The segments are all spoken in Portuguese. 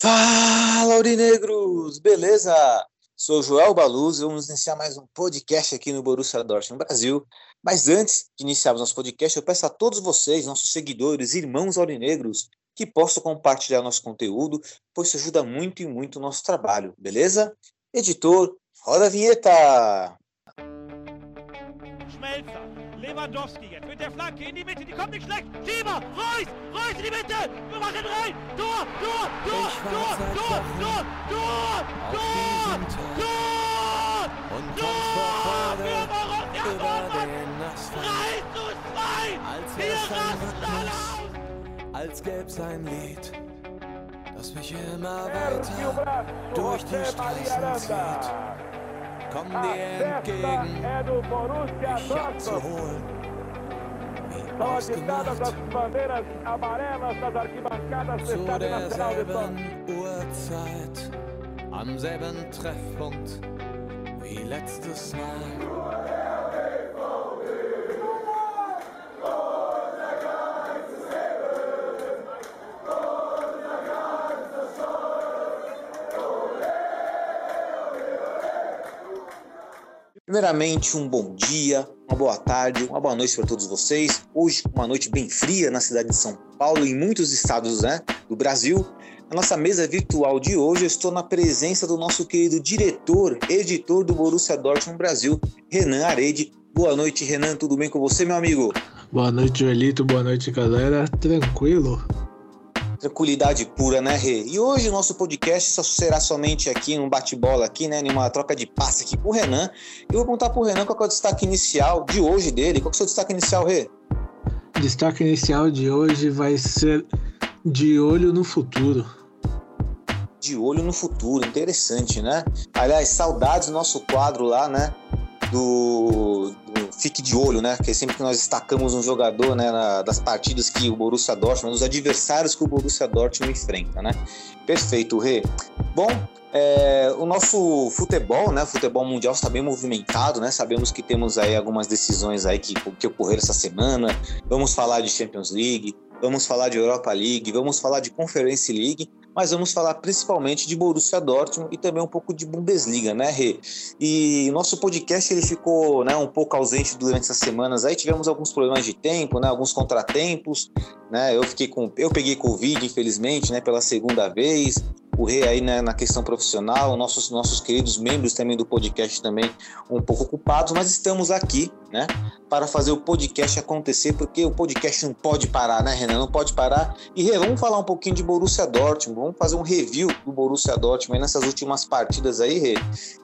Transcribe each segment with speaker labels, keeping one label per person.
Speaker 1: Fala, aurinegros! Beleza? Sou Joel Baluz e vamos iniciar mais um podcast aqui no Borussia Dortmund Brasil. Mas antes de iniciarmos nosso podcast, eu peço a todos vocês, nossos seguidores, irmãos aurinegros, que possam compartilhar nosso conteúdo, pois isso ajuda muito e muito o nosso trabalho, beleza? Editor, roda a vinheta!
Speaker 2: Schmelzer, Lewandowski jetzt mit der Flanke in die Mitte, die kommt nicht schlecht. Schieber, Reus in die Mitte, wir machen rein. Tor!
Speaker 3: Und kommt vor Freude über den Asphalt.
Speaker 2: 3:2, wir rasten alle aus.
Speaker 3: Als gäb's ein Lied, das mich immer weiter durch die Straßen zieht. Komm dir entgegen, mich abzuholen, wie ausgemacht, zu derselben Uhrzeit, am selben Treffpunkt, wie letztes Mal.
Speaker 1: Primeiramente, um bom dia, uma boa tarde, uma boa noite para todos vocês. Hoje, uma noite bem fria na cidade de São Paulo e em muitos estados, do Brasil. Na nossa mesa virtual de hoje, eu estou na presença do nosso querido diretor, editor do Borussia Dortmund Brasil, Renan Arede. Boa noite, Renan, tudo bem com você, meu amigo?
Speaker 4: Boa noite, Joelito, boa noite, galera. Tranquilo?
Speaker 1: Tranquilidade pura, né, Rê? E hoje o nosso podcast só será somente aqui, num bate-bola aqui, né, numa troca de passe aqui com o Renan. Eu vou perguntar pro Renan qual é o destaque inicial de hoje dele. Qual é o seu destaque inicial, Rê?
Speaker 4: Destaque inicial de hoje vai ser de olho no futuro.
Speaker 1: De olho no futuro, interessante, né? Aliás, saudades do nosso quadro lá, né, do Fique de Olho, né? Que é sempre que nós destacamos um jogador, né, das partidas que o Borussia Dortmund, dos adversários que o Borussia Dortmund enfrenta, né? Perfeito, Rê. Bom, o nosso futebol, né? O futebol mundial está bem movimentado, né? Sabemos que temos aí algumas decisões aí que ocorreram essa semana. Vamos falar de Champions League, vamos falar de Europa League, vamos falar de Conference League, mas vamos falar principalmente de Borussia Dortmund e também um pouco de Bundesliga, né, Rê? E nosso podcast ele ficou, né, um pouco ausente durante essas semanas. Aí tivemos alguns problemas de tempo, né, alguns contratempos, né? Eu peguei Covid, infelizmente, né, pela segunda vez. O Rê aí, né, na questão profissional, nossos queridos membros também do podcast também um pouco ocupados, mas estamos aqui, né, para fazer o podcast acontecer, porque o podcast não pode parar, né, Renan? Não pode parar. E Rê, vamos falar um pouquinho de Borussia Dortmund, vamos fazer um review do Borussia Dortmund aí nessas últimas partidas aí, Rê.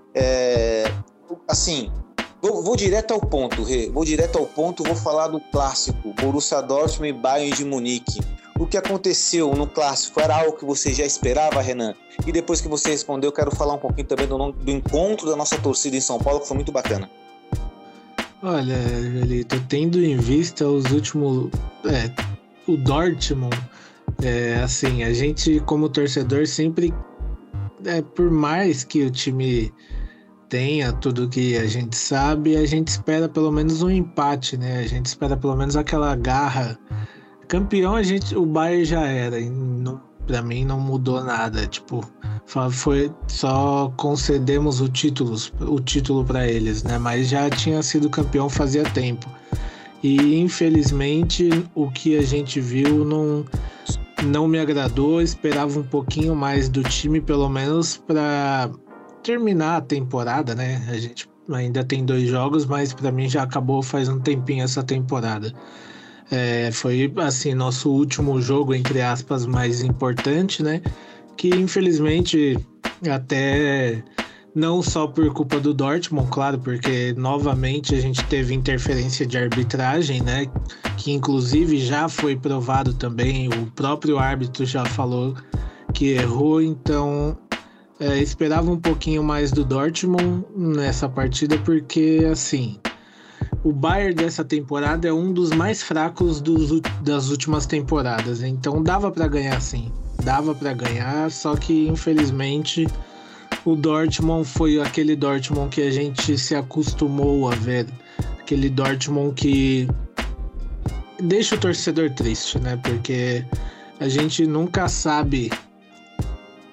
Speaker 1: Assim, vou direto ao ponto, Rê. Vou falar do clássico, Borussia Dortmund e Bayern de Munique. O que aconteceu no clássico era algo que você já esperava, Renan? E depois que você respondeu, eu quero falar um pouquinho também do encontro da nossa torcida em São Paulo, que foi muito bacana.
Speaker 4: Olha, Joelito, tendo em vista os últimos... o Dortmund, assim, a gente como torcedor sempre... por mais que o time tenha tudo que a gente sabe, a gente espera pelo menos um empate, né? A gente espera pelo menos aquela garra. Campeão, o Bayern já era, e pra mim não mudou nada, tipo, foi só concedemos o título para eles, né, mas já tinha sido campeão fazia tempo, e infelizmente o que a gente viu não me agradou. Esperava um pouquinho mais do time, pelo menos para terminar a temporada, né, a gente ainda tem 2 jogos, mas para mim já acabou faz um tempinho essa temporada. Foi assim, nosso último jogo, entre aspas, mais importante, né? Que infelizmente, até não só por culpa do Dortmund, claro, porque novamente a gente teve interferência de arbitragem, né? Que inclusive já foi provado também, o próprio árbitro já falou que errou, então esperava um pouquinho mais do Dortmund nessa partida, porque assim... O Bayern dessa temporada é um dos mais fracos das últimas temporadas, então dava para ganhar sim, só que infelizmente o Dortmund foi aquele Dortmund que a gente se acostumou a ver, aquele Dortmund que deixa o torcedor triste, né? Porque a gente nunca sabe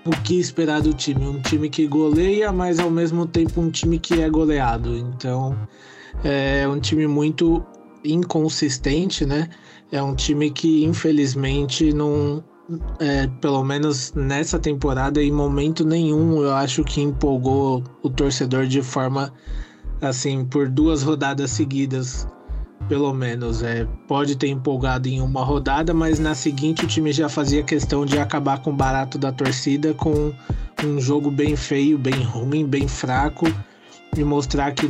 Speaker 4: o que esperar do time. Um time que goleia, mas ao mesmo tempo um time que é goleado. Então é um time muito inconsistente, né? É um time que infelizmente não, pelo menos nessa temporada, em momento nenhum eu acho que empolgou o torcedor de forma assim, por 2 rodadas seguidas. Pelo menos, pode ter empolgado em uma rodada, mas na seguinte o time já fazia questão de acabar com o barato da torcida com um jogo bem feio, bem ruim, bem fraco, e mostrar que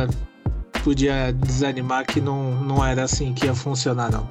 Speaker 4: podia desanimar, que não era assim que ia funcionar, não.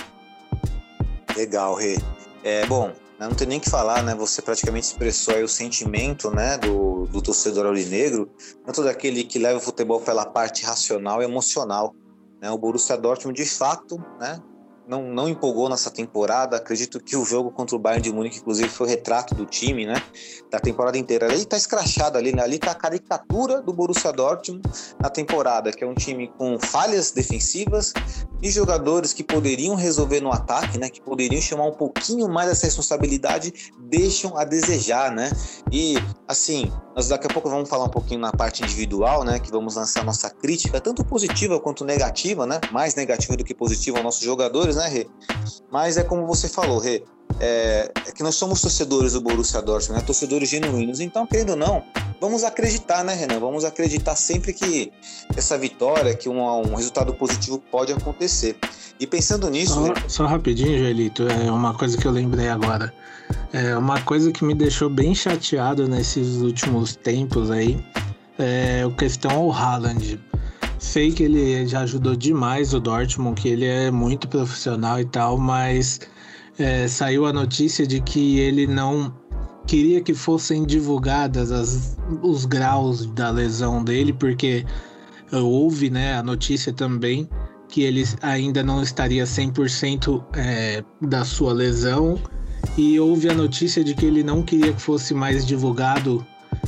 Speaker 1: Legal, Rê. Bom, não tem nem o que falar, né? Você praticamente expressou aí o sentimento, né, do torcedor aurinegro, tanto daquele que leva o futebol pela parte racional e emocional. O Borussia Dortmund, de fato, né, não empolgou nessa temporada. Acredito que o jogo contra o Bayern de Munique, inclusive, foi o retrato do time, né, da temporada inteira. Ali está escrachado, ali está a caricatura do Borussia Dortmund na temporada, que é um time com falhas defensivas e jogadores que poderiam resolver no ataque, né, que poderiam chamar um pouquinho mais essa responsabilidade, deixam a desejar, né? E, assim, nós daqui a pouco vamos falar um pouquinho na parte individual, né, que vamos lançar nossa crítica, tanto positiva quanto negativa, né? Mais negativa do que positiva aos nossos jogadores, né, Rê? Mas é como você falou, Rê, é que nós somos torcedores do Borussia Dortmund, né? Torcedores genuínos. Então, querendo ou não, vamos acreditar, né, Renan? Vamos acreditar sempre que essa vitória, que um resultado positivo pode acontecer. E pensando nisso...
Speaker 4: Só rapidinho, Joelito, uma coisa que eu lembrei agora. Uma coisa que me deixou bem chateado nesses últimos tempos aí é a questão ao Haaland. Sei que ele já ajudou demais o Dortmund, que ele é muito profissional e tal, mas saiu a notícia de que ele não queria que fossem divulgadas os graus da lesão dele, porque houve, né, a notícia também que ele ainda não estaria 100% da sua lesão, e houve a notícia de que ele não queria que fosse mais divulgado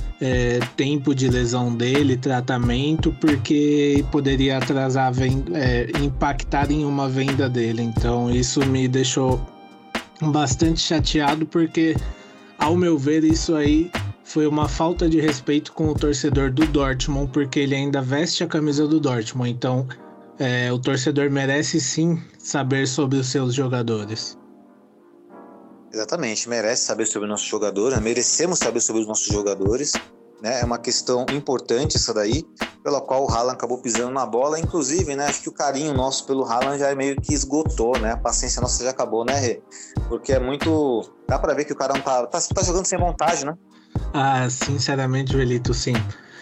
Speaker 4: tempo de lesão dele, tratamento, porque poderia atrasar, impactar em uma venda dele. Então isso me deixou bastante chateado, porque, ao meu ver, isso aí foi uma falta de respeito com o torcedor do Dortmund, porque ele ainda veste a camisa do Dortmund. Então o torcedor merece sim saber sobre os seus jogadores.
Speaker 1: Exatamente, merece saber sobre os nossos jogadores, merecemos saber sobre os nossos jogadores, né? É uma questão importante essa daí, pela qual o Haaland acabou pisando na bola. Inclusive, né, acho que o carinho nosso pelo Haaland já meio que esgotou, né? A paciência nossa já acabou, né, Rê? Porque é muito... Dá pra ver que o cara não tá jogando sem vontade, né?
Speaker 4: Sinceramente, Joelito, sim.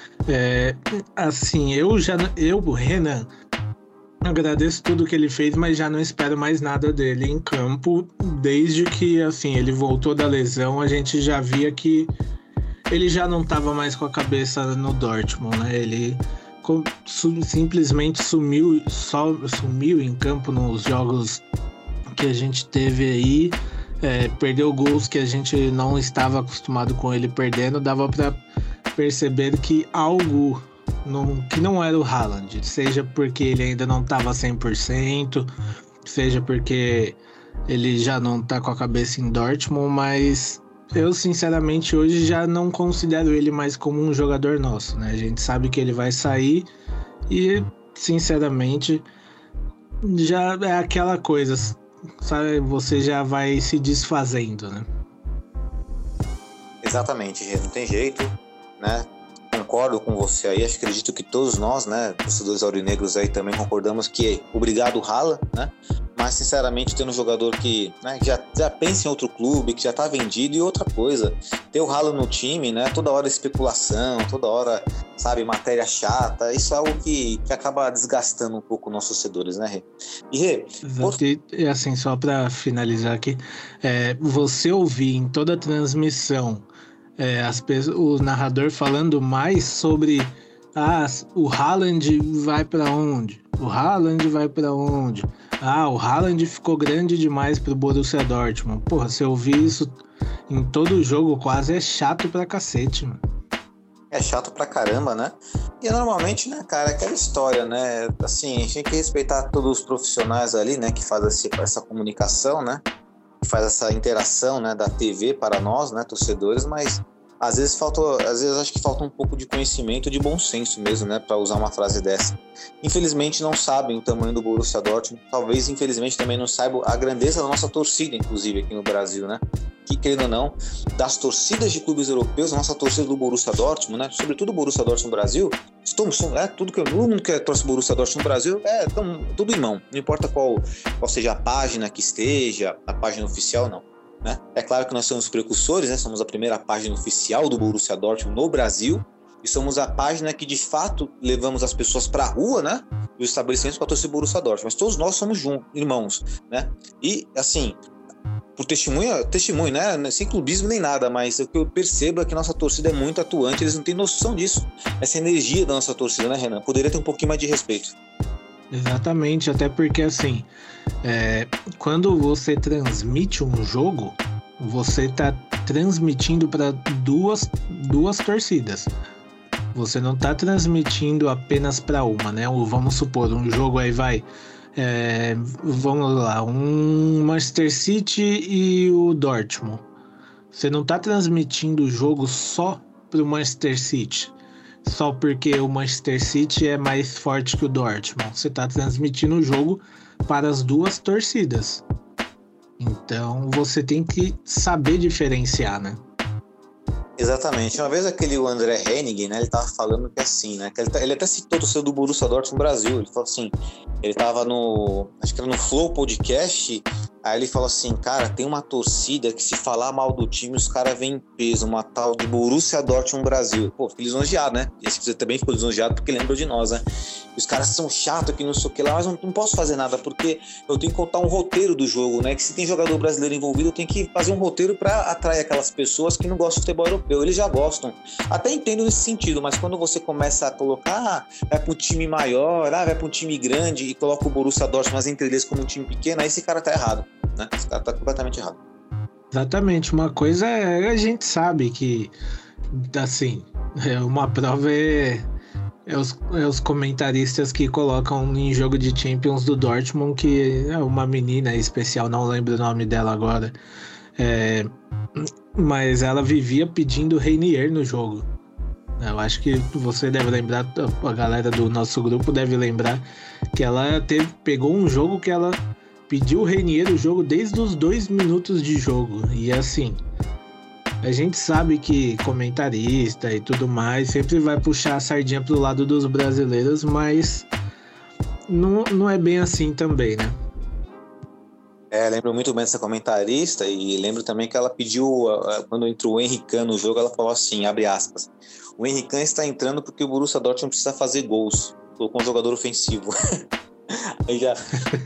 Speaker 4: Assim, eu, Renan, agradeço tudo que ele fez, mas já não espero mais nada dele em campo. Desde que, assim, ele voltou da lesão, a gente já via que ele já não estava mais com a cabeça no Dortmund, né? Ele simplesmente sumiu em campo nos jogos que a gente teve aí. Perdeu gols que a gente não estava acostumado com ele perdendo. Dava para perceber que algo que não era o Haaland, seja porque ele ainda não estava 100%, seja porque ele já não está com a cabeça em Dortmund, mas eu sinceramente hoje já não considero ele mais como um jogador nosso, né? A gente sabe que ele vai sair e, sinceramente, já é aquela coisa, sabe? Você já vai se desfazendo, né?
Speaker 1: Exatamente, não tem jeito, né? Concordo com você aí, acredito que todos nós, né, torcedores aurinegros aí também concordamos que obrigado Haaland, né, mas sinceramente tendo um jogador que, né, já pensa em outro clube, que já tá vendido. E outra coisa, ter o Haaland no time, né, toda hora especulação, toda hora, sabe, matéria chata, isso é algo que acaba desgastando um pouco nossos torcedores, né, Rê? E Rê...
Speaker 4: E assim, só para finalizar aqui, você ouvir em toda a transmissão o narrador falando mais sobre o Haaland vai para onde? O Haaland vai para onde? O Haaland ficou grande demais pro Borussia Dortmund. Porra, se eu ouvir isso em todo jogo quase, é chato pra cacete, mano.
Speaker 1: É chato pra caramba, né? E normalmente, né, cara, é aquela história, né? Assim, a gente tem que respeitar todos os profissionais ali, né, que fazem essa comunicação, né? que faz essa interação, né, da TV para nós, né, torcedores, mas às vezes acho que falta um pouco de conhecimento, de bom senso mesmo, né, para usar uma frase dessa. Infelizmente não sabem o tamanho do Borussia Dortmund, talvez infelizmente também não saibam a grandeza da nossa torcida, inclusive aqui no Brasil, né, que querendo ou não, das torcidas de clubes europeus, a nossa torcida do Borussia Dortmund, né, sobretudo o Borussia Dortmund Brasil, todo mundo que torce o Borussia Dortmund no Brasil tudo irmão, não importa qual seja a página que esteja, a página oficial, não. Né? É claro que nós somos precursores, né? Somos a primeira página oficial do Borussia Dortmund no Brasil e somos a página que de fato levamos as pessoas para a rua, né? E os estabelecimentos para torcer Borussia Dortmund, mas todos nós somos irmãos, né? E assim, por testemunho, né? Sem clubismo nem nada, mas o que eu percebo é que nossa torcida é muito atuante, eles não têm noção disso, essa energia da nossa torcida, né, Renan? Poderia ter um pouquinho mais de respeito.
Speaker 4: Exatamente, até porque assim, quando você transmite um jogo, você está transmitindo para duas torcidas. Você não está transmitindo apenas para uma, né? Ou vamos supor, um jogo aí vai, vamos lá, um Manchester City e o Dortmund. Você não está transmitindo o jogo só para o Manchester City. Só porque o Manchester City é mais forte que o Dortmund. Você está transmitindo o jogo para as duas torcidas. Então você tem que saber diferenciar, né?
Speaker 1: Exatamente. Uma vez o André Henning, né, ele tava falando que assim, né, que ele até citou o torcedor do Borussia Dortmund Brasil. Ele falou assim, ele tava acho que era no Flow Podcast. Aí ele falou assim, cara, tem uma torcida que se falar mal do time, os caras vêm em peso, uma tal de Borussia Dortmund Brasil. Pô, fiquei lisonjeado, né? E esse também ficou lisonjeado porque lembrou de nós, né? E os caras são chatos, que não sei o que lá, mas não posso fazer nada, porque eu tenho que contar um roteiro do jogo, né? Que se tem jogador brasileiro envolvido, eu tenho que fazer um roteiro para atrair aquelas pessoas que não gostam de futebol europeu. Eles já gostam. Até entendo nesse sentido, mas quando você começa a colocar, vai para um time maior, vai para um time grande e coloca o Borussia Dortmund nas entrelinhas como um time pequeno, aí esse cara tá errado. Né? Esse cara tá completamente errado.
Speaker 4: Exatamente, uma coisa a gente sabe que assim, uma prova é os comentaristas que colocam em jogo de Champions do Dortmund, que é uma menina especial, não lembro o nome dela agora, mas ela vivia pedindo Reinier no jogo. Eu acho que você deve lembrar, a galera do nosso grupo deve lembrar que ela pegou um jogo que ela pediu o Reinier o jogo desde os 2 minutos de jogo. E assim, a gente sabe que comentarista e tudo mais sempre vai puxar a sardinha pro lado dos brasileiros, mas não é bem assim também, né?
Speaker 1: Lembro muito bem dessa comentarista e lembro também que ela pediu, quando entrou o Henry Kahn no jogo, ela falou assim, abre aspas, o Henry Kahn está entrando porque o Borussia Dortmund precisa fazer gols, colocou um jogador ofensivo. Aí já...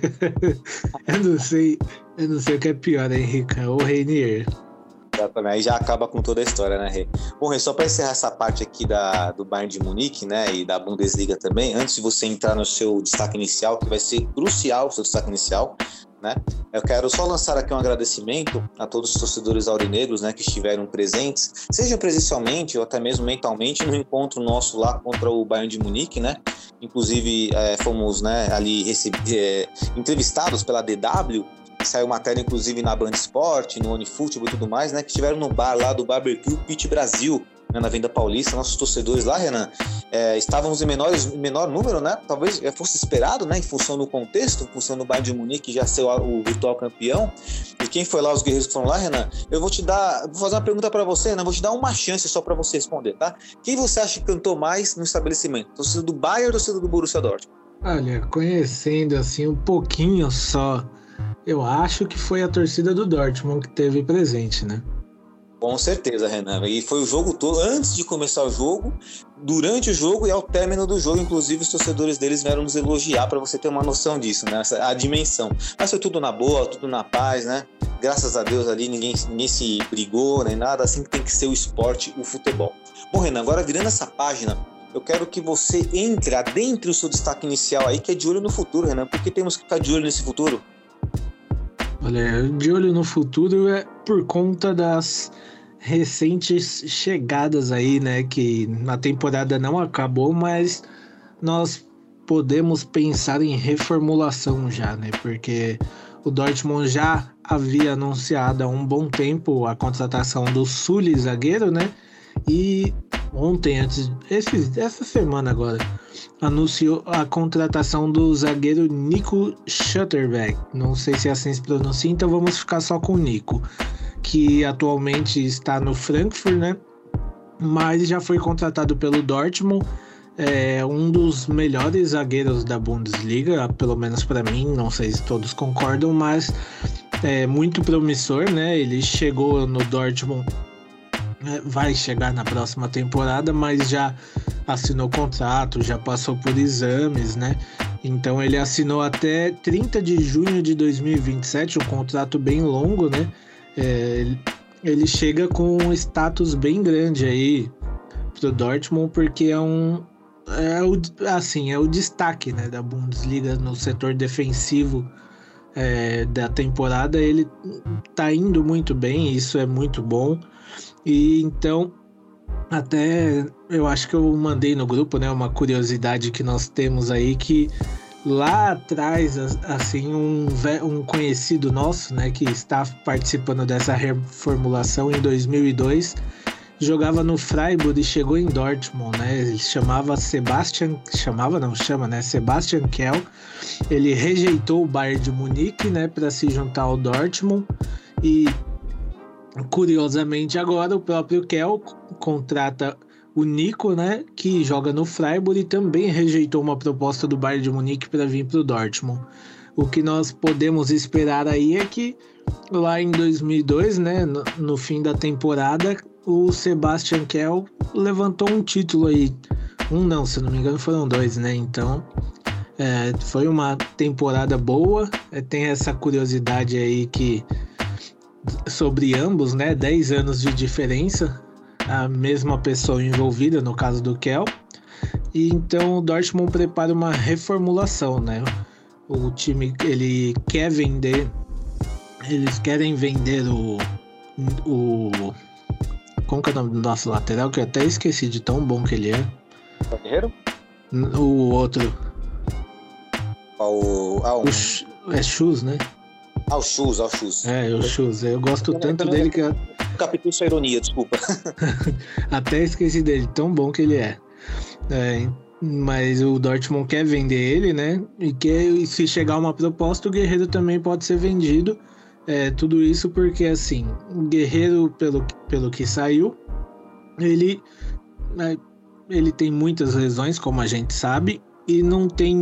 Speaker 4: eu não sei o que é pior, Henry Kahn ou Reinier.
Speaker 1: Exatamente, aí já acaba com toda a história, né, Rê? Bom, Rê, só para encerrar essa parte aqui do Bayern de Munique, né, e da Bundesliga também, antes de você entrar no seu destaque inicial, que vai ser crucial o seu destaque inicial, né, eu quero só lançar aqui um agradecimento a todos os torcedores aurinegros, né, que estiveram presentes, seja presencialmente ou até mesmo mentalmente, no encontro nosso lá contra o Bayern de Munique, né, inclusive fomos, né, ali entrevistados pela DW, saiu matéria inclusive na Band Sport, no OneFootball e tudo mais, né, que estiveram no bar lá do Barbecue Pit Brasil, né, na Venda Paulista. Nossos torcedores lá, Renan, estávamos em menor número, né, talvez fosse esperado, né, em função do contexto, em função do Bayern de Munique já ser o virtual campeão. E quem foi lá, os guerreiros que foram lá, Renan, vou fazer uma pergunta para você, Renan, vou te dar uma chance só para você responder, tá? Quem você acha que cantou mais no estabelecimento? Torcedor do Bayern ou torcedor do Borussia Dortmund?
Speaker 4: Olha, conhecendo assim um pouquinho só, eu acho que foi a torcida do Dortmund que teve presente, né?
Speaker 1: Com certeza, Renan. E foi o jogo todo, antes de começar o jogo, durante o jogo e ao término do jogo. Inclusive, os torcedores deles vieram nos elogiar, para você ter uma noção disso, né? A dimensão. Mas foi tudo na boa, tudo na paz, né? Graças a Deus ali ninguém se brigou, nem nada. Assim que tem que ser o esporte, o futebol. Bom, Renan, agora virando essa página, eu quero que você adentre o seu destaque inicial aí, que é de olho no futuro, Renan. Por que temos que ficar de olho nesse futuro?
Speaker 4: Olha, de olho no futuro é por conta das recentes chegadas aí, né? Que a temporada não acabou, mas nós podemos pensar em reformulação já, né? Porque o Dortmund já havia anunciado há um bom tempo a contratação do Sully, zagueiro, né? E ontem, essa semana agora, anunciou a contratação do zagueiro Nico Schlotterbeck. Não sei se assim se pronuncia, então vamos ficar só com o Nico, que atualmente está no Frankfurt, né? Mas já foi contratado pelo Dortmund. É um dos melhores zagueiros da Bundesliga, pelo menos para mim, não sei se todos concordam, mas é muito promissor, né? Ele chegou no Dortmund, vai chegar na próxima temporada, mas já assinou contrato, já passou por exames, né? Então ele assinou até 30 de junho de 2027, um contrato bem longo, né? Ele chega com um status bem grande aí pro Dortmund, porque é o destaque, né, da Bundesliga no setor defensivo da temporada. Ele tá indo muito bem, isso é muito bom. E então, até eu acho que eu mandei no grupo, né, uma curiosidade que nós temos aí, que lá atrás, assim, um conhecido nosso, né, que está participando dessa reformulação em 2002, jogava no Freiburg e chegou em Dortmund, né? Ele chama, né? Sebastian Kehl. Ele rejeitou o Bayern de Munique, né, para se juntar ao Dortmund. E curiosamente agora o próprio Kehl contrata o Nico, né, que joga no Freiburg e também rejeitou uma proposta do Bayern de Munique para vir para o Dortmund. O que nós podemos esperar aí é que lá em 2002, né, no fim da temporada, o Sebastian Kehl levantou um título aí. Se não me engano foram 2, né? Então foi uma temporada boa. Tem essa curiosidade aí sobre ambos, né? 10 anos de diferença, a mesma pessoa envolvida, no caso do Kehl. E então o Dortmund prepara uma reformulação, né? O time, eles querem vender o como que é o nome do nosso lateral, que eu até esqueci de tão bom que ele é.
Speaker 1: Guerreiro?
Speaker 4: O outro. É Schuss, né?
Speaker 1: O Schuss.
Speaker 4: O Schuss. Eu gosto tanto dele que...
Speaker 1: Captou sua ironia, desculpa.
Speaker 4: Até esqueci dele, tão bom que ele é. Mas o Dortmund quer vender ele, né? E se chegar uma proposta, o Guerreiro também pode ser vendido. Tudo isso porque, assim, o Guerreiro, pelo que saiu, ele tem muitas lesões, como a gente sabe, e não tem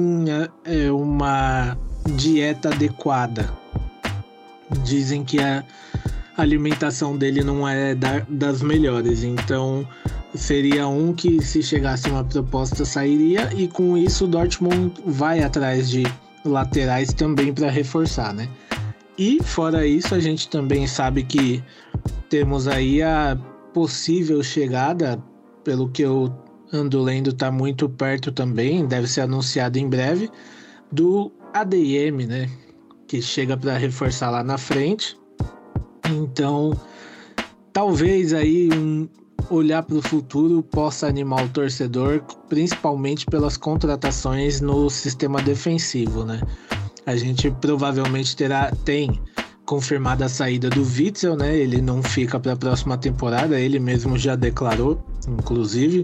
Speaker 4: uma dieta adequada. Dizem que a alimentação dele não é das melhores, então seria um que, se chegasse uma proposta, sairia, e com isso o Dortmund vai atrás de laterais também para reforçar, né? E fora isso, a gente também sabe que temos aí a possível chegada, pelo que eu ando lendo, tá muito perto também, deve ser anunciado em breve, do ADM, né? Que chega para reforçar lá na frente. Então, talvez aí olhar para o futuro possa animar o torcedor, principalmente pelas contratações no sistema defensivo, né? A gente provavelmente tem confirmada a saída do Witsel, né? Ele não fica para a próxima temporada, ele mesmo já declarou, inclusive.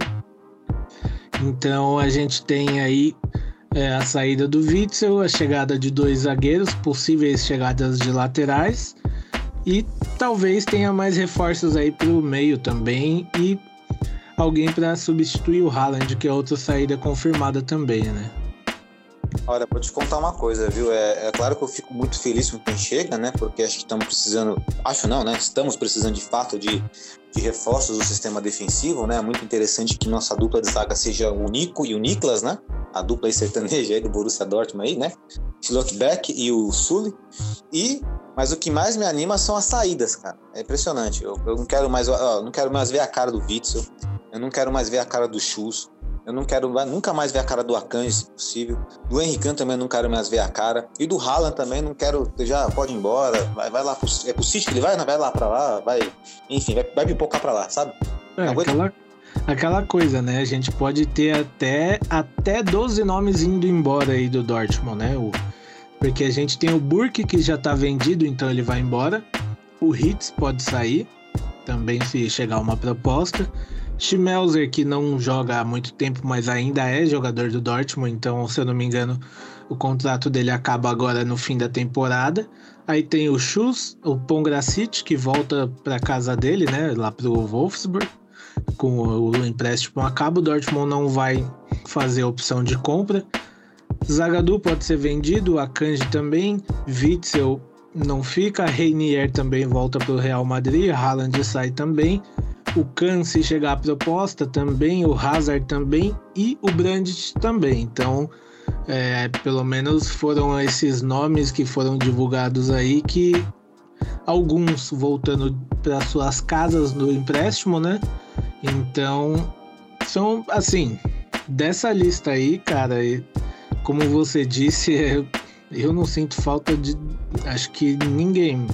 Speaker 4: Então a gente tem aí a saída do Witsel, a chegada de 2 zagueiros, possíveis chegadas de laterais, e talvez tenha mais reforços aí para o meio também, e alguém para substituir o Haaland, que é outra saída confirmada também, né?
Speaker 1: Olha, vou te contar uma coisa, viu? É claro que eu fico muito feliz com quem chega, né? Porque acho que estamos precisando de fato de reforços do sistema defensivo, né? É muito interessante que nossa dupla de zaga seja o Nico e o Niklas, né? A dupla aí sertaneja aí do Borussia Dortmund aí, né? Schlotterbeck e o Sully. Mas o que mais me anima são as saídas, cara. É impressionante. Eu não quero mais ver a cara do Witsel. Eu não quero mais ver a cara do Schuss. Eu não quero nunca mais ver a cara do Akanji, se possível. Do Henry Kahn também não quero mais ver a cara. E do Haaland também não quero. Já pode ir embora. Vai lá pro City que ele vai? Vai lá pra lá. Enfim, vai pipocar pra lá, sabe?
Speaker 4: Aquela coisa, né? A gente pode ter até 12 nomes indo embora aí do Dortmund, né? Porque a gente tem o Burke, que já tá vendido, então ele vai embora. O Hitz pode sair, também se chegar uma proposta. Schmelzer, que não joga há muito tempo, mas ainda é jogador do Dortmund, então, se eu não me engano, o contrato dele acaba agora no fim da temporada. Aí tem o Schuss, o Pongracic, que volta para casa dele, né, lá pro Wolfsburg, com o empréstimo acaba. O Dortmund não vai fazer opção de compra. Zagadou pode ser vendido, Akanji também, Witzel não fica, Reinier também volta para o Real Madrid, Haaland sai também, o Kahn, se chegar a proposta também, o Hazard também e o Brandt também. Então, pelo menos foram esses nomes que foram divulgados aí, que alguns voltando para suas casas no empréstimo, né? Então, são assim, dessa lista aí, cara, como você disse, eu não sinto falta de, acho que ninguém.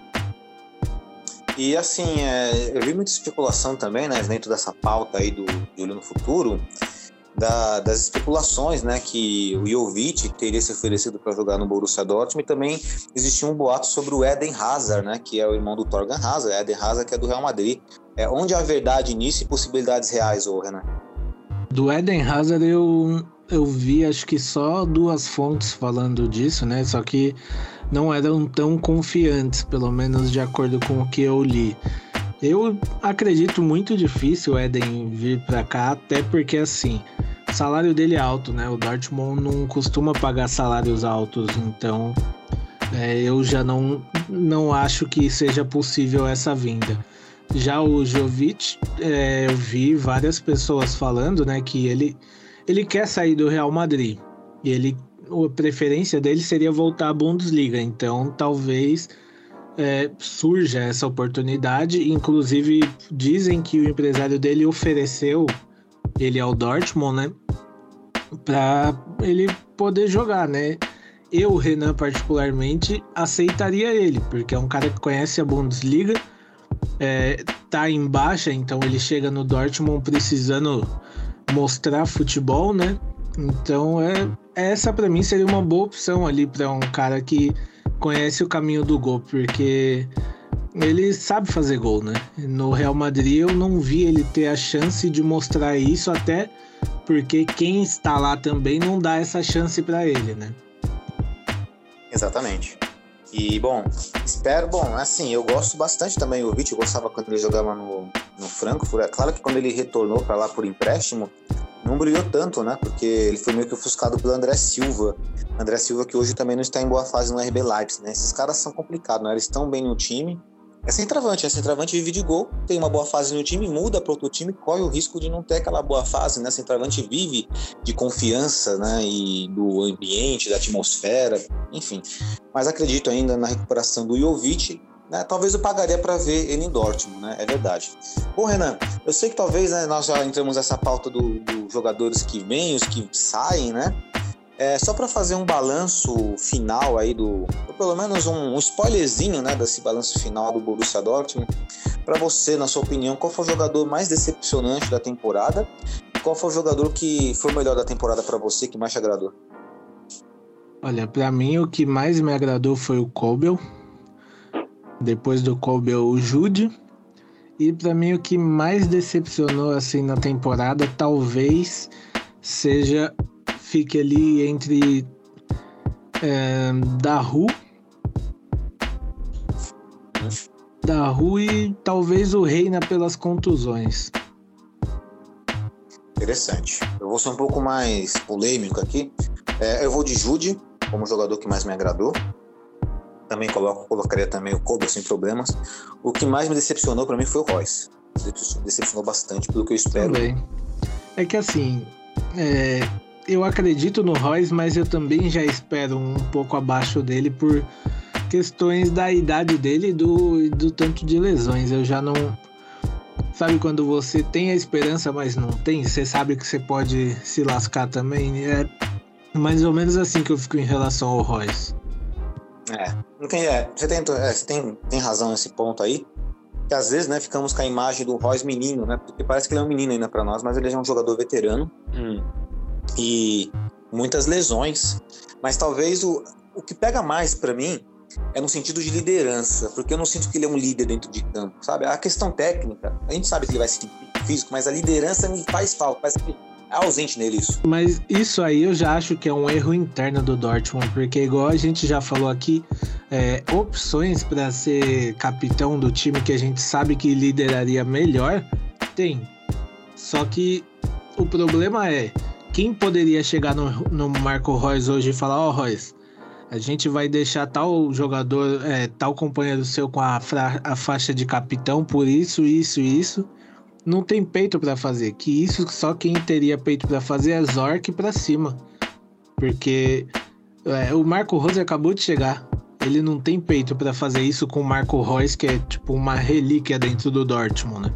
Speaker 1: E assim, eu vi muita especulação também, né, dentro dessa pauta aí de olho no futuro, das especulações, né, que o Jovic teria se oferecido para jogar no Borussia Dortmund, e também existia um boato sobre o Eden Hazard, né, que é o irmão do Thorgan Hazard, Eden Hazard, que é do Real Madrid. Onde há verdade nisso e possibilidades reais, Renan?
Speaker 4: Do Eden Hazard eu vi, acho que só 2 fontes falando disso, né? Só que não eram tão confiantes, pelo menos de acordo com o que eu li. Eu acredito muito difícil o Eden vir para cá, até porque assim, o salário dele é alto, né? O Dortmund não costuma pagar salários altos, então eu já não acho que seja possível essa vinda. Já o Jovic, eu vi várias pessoas falando, né, que ele quer sair do Real Madrid e a preferência dele seria voltar à Bundesliga, então talvez surja essa oportunidade. Inclusive dizem que o empresário dele ofereceu ele ao Dortmund, né, para ele poder jogar, né. Eu, Renan, particularmente aceitaria ele, porque é um cara que conhece a Bundesliga, tá em baixa, então ele chega no Dortmund precisando mostrar futebol, né? Então essa para mim seria uma boa opção ali para um cara que conhece o caminho do gol, porque ele sabe fazer gol, né? No Real Madrid eu não vi ele ter a chance de mostrar isso, até porque quem está lá também não dá essa chance para ele, né?
Speaker 1: Exatamente. E, assim, eu gosto bastante também do Jovic, eu gostava quando ele jogava no Frankfurt. É claro que quando ele retornou para lá por empréstimo, não brilhou tanto, né? Porque ele foi meio que ofuscado pelo André Silva. André Silva, que hoje também não está em boa fase no RB Leipzig, né? Esses caras são complicados, né? Eles estão bem no time. É centroavante vive de gol, tem uma boa fase no time, muda para outro time, corre o risco de não ter aquela boa fase, né? Centroavante vive de confiança, né? E do ambiente, da atmosfera, enfim. Mas acredito ainda na recuperação do Jovic, né? Talvez eu pagaria para ver ele em Dortmund, né? É verdade. Bom, Renan, eu sei que talvez, né, nós já entramos nessa pauta dos jogadores que vêm, os que saem, né? Só para fazer um balanço final aí ou pelo menos um spoilerzinho, né, desse balanço final do Borussia Dortmund. Para você, na sua opinião, qual foi o jogador mais decepcionante da temporada? E qual foi o jogador que foi o melhor da temporada para você, que mais te agradou?
Speaker 4: Olha, para mim o que mais me agradou foi o Kobel. Depois do Kobel, o Jude. E para mim o que mais decepcionou assim na temporada talvez fique ali entre Daru e talvez o Reina pelas contusões.
Speaker 1: Interessante. Eu vou ser um pouco mais polêmico aqui. Eu vou de Jude como jogador que mais me agradou. Também colocaria também o Kobel sem problemas. O que mais me decepcionou para mim foi o Reus. Decepcionou bastante pelo que eu espero.
Speaker 4: Também. É que assim, eu acredito no Reus, mas eu também já espero um pouco abaixo dele por questões da idade dele e do tanto de lesões. Eu já não... Sabe quando você tem a esperança, mas não tem? Você sabe que você pode se lascar também? É mais ou menos assim que eu fico em relação ao Reus.
Speaker 1: Você tem razão nesse ponto aí. Que às vezes, né, ficamos com a imagem do Reus menino, né? Porque parece que ele é um menino ainda para nós, mas ele é um jogador veterano. E muitas lesões, mas talvez o o que pega mais pra mim é no sentido de liderança, porque eu não sinto que ele é um líder dentro de campo, sabe? A questão técnica, a gente sabe que ele vai ser físico, mas a liderança me faz falta, parece que é ausente nele isso.
Speaker 4: Mas isso aí eu já acho que é um erro interno do Dortmund, porque igual a gente já falou aqui, opções para ser capitão do time que a gente sabe que lideraria melhor, tem. Só que o problema é, quem poderia chegar no Marco Reus hoje e falar, ó, Reus, a gente vai deixar tal jogador, tal companheiro seu com a faixa de capitão por isso, não tem peito pra fazer. Que isso só quem teria peito pra fazer é Zorc pra cima. Porque o Marco Reus acabou de chegar. Ele não tem peito pra fazer isso com o Marco Reus, que é tipo uma relíquia dentro do Dortmund, né?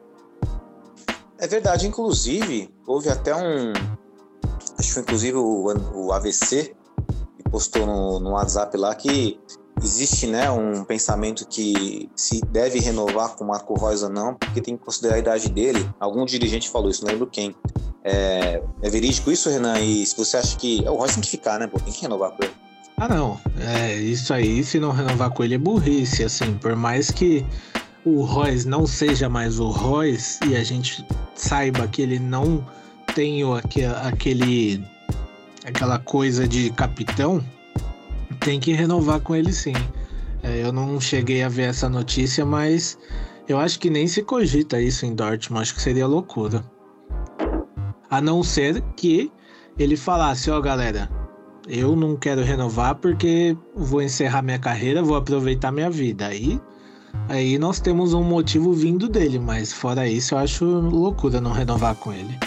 Speaker 1: É verdade, inclusive, houve até acho que foi inclusive o AVC, postou no WhatsApp lá que existe, né, um pensamento que se deve renovar com o Marco Reus ou não, porque tem que considerar a idade dele. Algum dirigente falou isso, não lembro quem. É verídico isso, Renan? E se você acha que... o Reus tem que ficar, né? Pô, tem que renovar com ele.
Speaker 4: Ah, não. Isso aí, se não renovar com ele é burrice, assim. Por mais que o Reus não seja mais o Reus e a gente saiba que ele não tem aquela coisa de capitão, tem que renovar com ele sim. Eu não cheguei a ver essa notícia, mas eu acho que nem se cogita isso em Dortmund, acho que seria loucura. A não ser que ele falasse, ó, galera, eu não quero renovar porque vou encerrar minha carreira, vou aproveitar minha vida. Aí nós temos um motivo vindo dele, mas fora isso eu acho loucura não renovar com ele.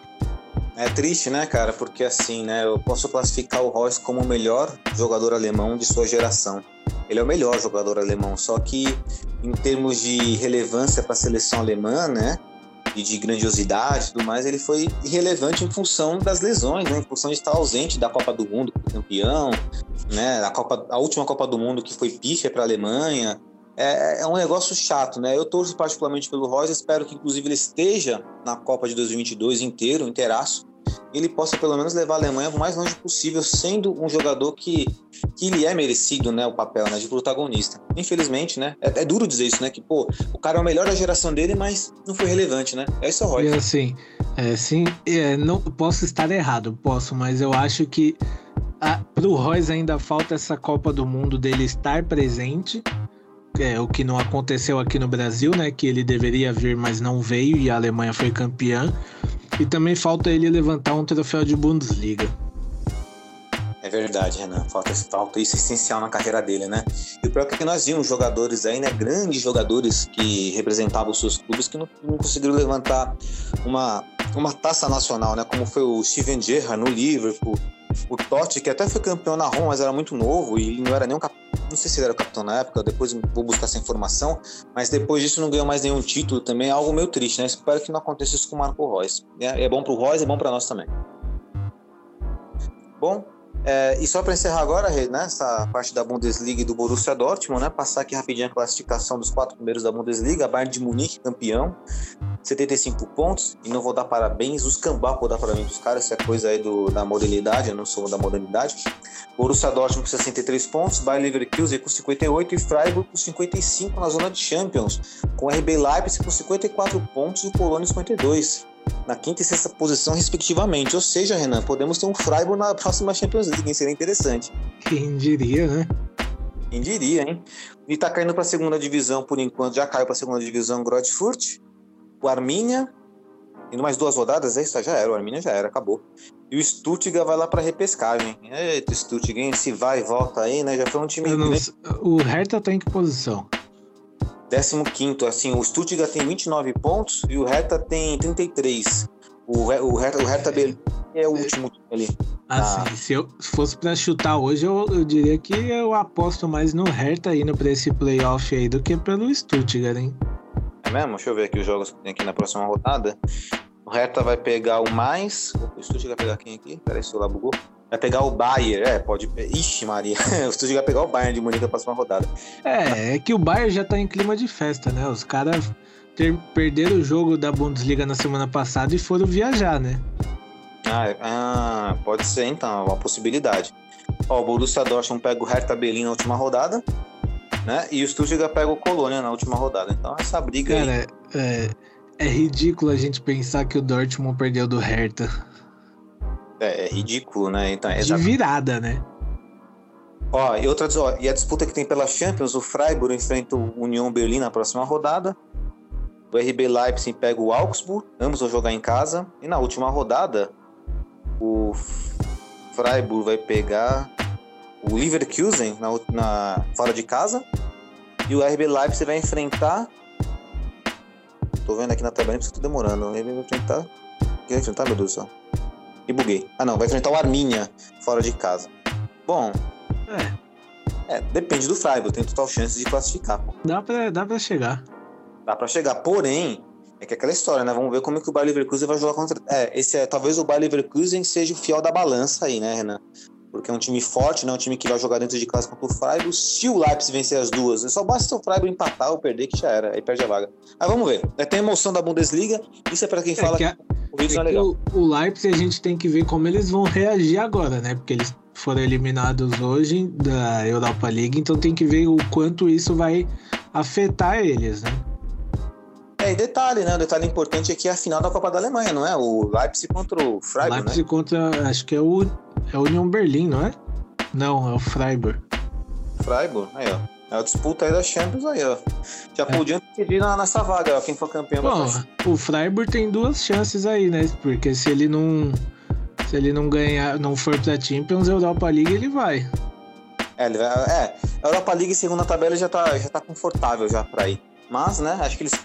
Speaker 1: É triste, né, cara? Porque assim, né, eu posso classificar o Reus como o melhor jogador alemão de sua geração. Ele é o melhor jogador alemão, só que em termos de relevância para a seleção alemã, né, e de grandiosidade e tudo mais, ele foi irrelevante em função das lesões, né, em função de estar ausente da Copa do Mundo, campeão, né, a última Copa do Mundo que foi pífia para a Alemanha. É um negócio chato, né? Eu torço particularmente pelo Reus, espero que inclusive ele esteja na Copa de 2022 inteiraço, e ele possa pelo menos levar a Alemanha o mais longe possível, sendo um jogador que lhe é merecido, né, o papel, né, de protagonista. Infelizmente, né? É duro dizer isso, né? Que, pô, o cara é o melhor da geração dele, mas não foi relevante, né? É isso, Reus.
Speaker 4: E assim, não posso estar errado, mas eu acho que pro Reus ainda falta essa Copa do Mundo dele estar presente. O que não aconteceu aqui no Brasil, né? Que ele deveria vir, mas não veio e a Alemanha foi campeã. E também falta ele levantar um troféu de Bundesliga.
Speaker 1: É verdade, Renan. Falta isso essencial na carreira dele, né? E o pior é que nós vimos jogadores aí, né? Grandes jogadores que representavam os seus clubes que não conseguiram levantar uma taça nacional, né? Como foi o Steven Gerrard no Liverpool. O Totti, que até foi campeão na Roma, mas era muito novo e não era nem não sei se ele era o capitão na época, depois vou buscar essa informação, mas depois disso não ganhou mais nenhum título também, é algo meio triste, né? Espero que não aconteça isso com o Marco Reus. É bom pro Reus, é bom para nós também. Bom, e só para encerrar agora, né, essa parte da Bundesliga e do Borussia Dortmund, né, passar aqui rapidinho a classificação dos 4 primeiros da Bundesliga. Bayern de Munique, campeão, 75 pontos, e não vou dar parabéns, os cambal vou dar parabéns pros caras, isso é coisa aí da modernidade, eu não sou da modernidade. Borussia Dortmund com 63 pontos, Bayer Leverkusen com 58 e Freiburg com 55 na zona de Champions, com RB Leipzig com 54 pontos e o Colônia 52. Na quinta e sexta posição, respectivamente. Ou seja, Renan, podemos ter um Freiburg na próxima Champions League, hein? Seria interessante.
Speaker 4: Quem diria, né?
Speaker 1: Quem diria, hein? E tá caindo para a segunda divisão por enquanto. Já caiu para a segunda divisão Grotfurt, o Arminia, indo mais 2 rodadas, já era, o Arminia já era, acabou. E o Stuttgart vai lá para repescagem. Eita, Stuttgart, se vai e volta aí, né? Já foi um time...
Speaker 4: O Hertha tá em que posição?
Speaker 1: 15º, assim, o Stuttgart tem 29 pontos e o Hertha tem 33. O Hertha é o último ali.
Speaker 4: Assim, se fosse pra chutar hoje, eu diria que eu aposto mais no Hertha indo pra esse playoff aí do que pelo Stuttgart, hein?
Speaker 1: É mesmo? Deixa eu ver aqui os jogos que tem aqui na próxima rodada. O Hertha vai pegar o mais... O Stuttgart vai pegar quem aqui? Peraí, se o lá bugou. Vai pegar o Bayern, pode... Ixi, Maria. O Stuttgart vai pegar o Bayern de Munique na próxima rodada.
Speaker 4: É que o Bayern já tá em clima de festa, né? Os caras perderam o jogo da Bundesliga na semana passada e foram viajar, né?
Speaker 1: Pode ser então, uma possibilidade. Ó, o Borussia Dortmund pega o Hertha Berlin na última rodada, né? E o Stuttgart pega o Colônia na última rodada. Então essa briga aí...
Speaker 4: Cara, é ridículo a gente pensar que o Dortmund perdeu do Hertha.
Speaker 1: É ridículo, né? Então,
Speaker 4: de virada, né?
Speaker 1: Ó, e a disputa que tem pela Champions, o Freiburg enfrenta o Union Berlin na próxima rodada. O RB Leipzig pega o Augsburg, ambos vão jogar em casa. E na última rodada, o Freiburg vai pegar o Leverkusen fora de casa. E o RB Leipzig vai enfrentar... Tô vendo aqui na tabela, porque tô demorando. O RB vai enfrentar... Quem vai enfrentar, meu Deus do céu? E buguei. Vai enfrentar o Arminia fora de casa. Bom... depende do Freiburg, tem total chance de classificar. Pô.
Speaker 4: Dá pra chegar.
Speaker 1: Dá pra chegar, porém, é que é aquela história, né? Vamos ver como é que o Bayer Leverkusen vai jogar contra... talvez o Bayer Leverkusen seja o fiel da balança aí, né, Renan? Porque é um time forte, né? Um time que vai jogar dentro de casa contra o Freiburg. Se o Leipzig vencer as duas, só basta o Freiburg empatar ou perder que já era, aí perde a vaga. Aí vamos ver. Tem a emoção da Bundesliga, isso é pra quem fala que o vídeo não é legal.
Speaker 4: O Leipzig a gente tem que ver como eles vão reagir agora, né? Porque eles foram eliminados hoje da Europa League, então tem que ver o quanto isso vai afetar eles, né?
Speaker 1: E detalhe, né? O detalhe importante é que é a final da Copa da Alemanha, não é? O Leipzig contra o Freiburg,
Speaker 4: Leipzig, né? Contra, acho que é o Union Berlin, não é? Não, é o Freiburg.
Speaker 1: Freiburg? Aí, ó. É a disputa aí da Champions aí, ó. Já podia pedir nessa vaga, ó. Quem for campeão...
Speaker 4: Bom, o Freiburg tem duas chances aí, né? Porque se ele não ganhar, não for pra Champions, Europa League ele vai.
Speaker 1: Ele vai. A Europa League, segundo a tabela, já tá confortável já pra ir. Mas, né, acho que eles...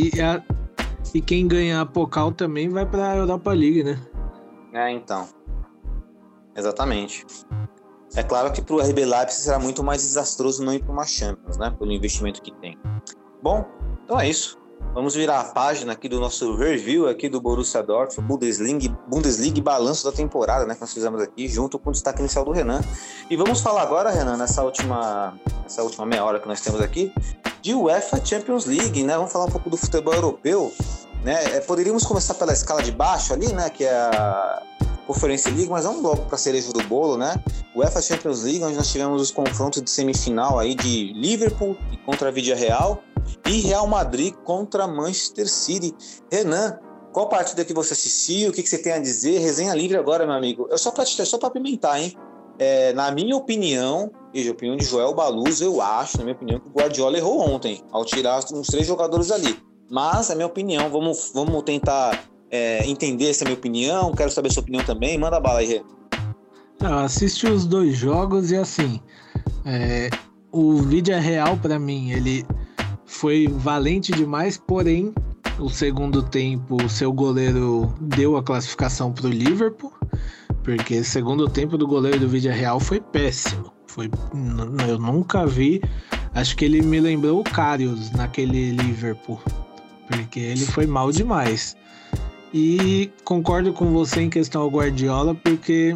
Speaker 4: E quem ganhar a Pokal também vai pra Europa League, né?
Speaker 1: Então. Exatamente. É claro que pro RB Leipzig será muito mais desastroso não ir pra uma Champions, né? Pelo investimento que tem. Bom, então é isso. Vamos virar a página aqui do nosso review aqui do Borussia Dortmund, Bundesliga balanço da temporada, né, que nós fizemos aqui, junto com o destaque inicial do Renan. E vamos falar agora, Renan, nessa última meia hora que nós temos aqui, de UEFA Champions League, né? Vamos falar um pouco do futebol europeu, né? Poderíamos começar pela escala de baixo ali, né, que é a Conference League, mas vamos logo para a cereja do bolo, né? UEFA Champions League, onde nós tivemos os confrontos de semifinal aí de Liverpool contra a Villarreal e Real Madrid contra Manchester City. Renan, qual partida que você assistiu? O que você tem a dizer? Resenha livre agora, meu amigo. Só para apimentar, hein? Na minha opinião, e a opinião de Joel Baluz, eu acho, na minha opinião, que o Guardiola errou ontem ao tirar uns 3 jogadores ali. Mas, a minha opinião, vamos tentar entender essa minha opinião. Quero saber a sua opinião também. Manda bala aí, Rê.
Speaker 4: Eu assisti os 2 jogos e assim, o Villarreal, para mim, ele foi valente demais, porém, o segundo tempo, o seu goleiro deu a classificação para o Liverpool, porque o segundo tempo do goleiro do Villarreal foi péssimo. Eu nunca vi, acho que ele me lembrou o Karius naquele Liverpool, porque ele foi mal demais. E concordo com você em questão ao Guardiola, porque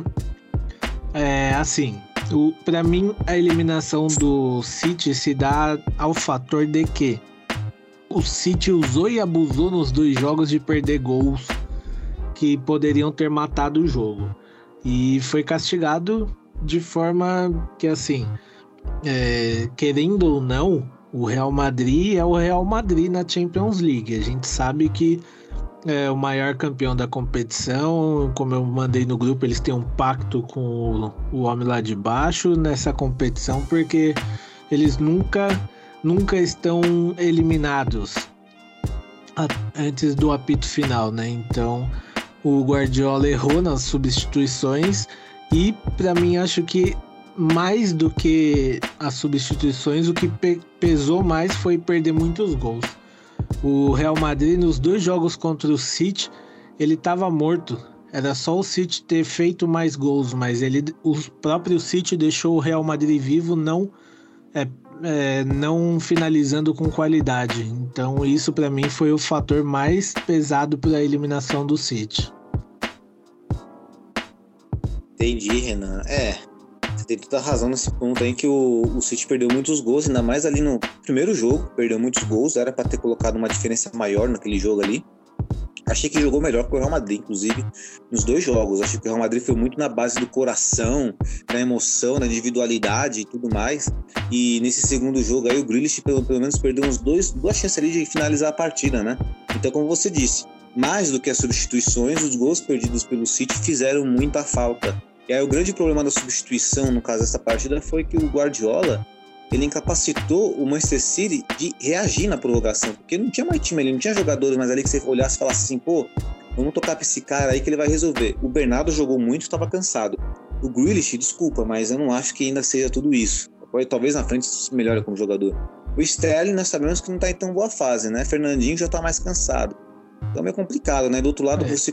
Speaker 4: assim, para mim a eliminação do City se dá ao fator de que o City usou e abusou nos 2 jogos de perder gols que poderiam ter matado o jogo, e foi castigado de forma que, assim, querendo ou não, o Real Madrid é o Real Madrid na Champions League. A gente sabe que é o maior campeão da competição. Como eu mandei no grupo, eles têm um pacto com o homem lá de baixo nessa competição, porque eles nunca estão eliminados antes do apito final, né? Então o Guardiola errou nas substituições e, para mim, acho que mais do que as substituições, o que pesou mais foi perder muitos gols. O Real Madrid, nos 2 jogos contra o City, ele estava morto. Era só o City ter feito mais gols, mas o próprio City deixou o Real Madrid vivo, não finalizando com qualidade. Então isso, para mim, foi o fator mais pesado para a eliminação do City.
Speaker 1: Entendi, Renan. Você tem toda a razão nesse ponto aí, que o City perdeu muitos gols, ainda mais ali no primeiro jogo, perdeu muitos gols, era para ter colocado uma diferença maior naquele jogo ali. Achei que jogou melhor que o Real Madrid, inclusive, nos 2 jogos. Achei que o Real Madrid foi muito na base do coração, da emoção, da individualidade e tudo mais. E nesse segundo jogo aí, o Grealish pelo menos perdeu duas chances ali de finalizar a partida, né? Então, como você disse, mais do que as substituições, os gols perdidos pelo City fizeram muita falta. E aí o grande problema da substituição, no caso dessa partida, foi que o Guardiola, ele incapacitou o Manchester City de reagir na prorrogação, porque não tinha mais time ali, não tinha jogadores mais ali que você olhasse e falasse assim, pô, vamos tocar pra esse cara aí que ele vai resolver. O Bernardo jogou muito, estava cansado. O Grealish, desculpa, mas eu não acho que ainda seja tudo isso. Talvez na frente se melhore como jogador. O Sterling, nós sabemos que não tá em tão boa fase, né? Fernandinho já tá mais cansado. Então é complicado, né? Do outro lado, você...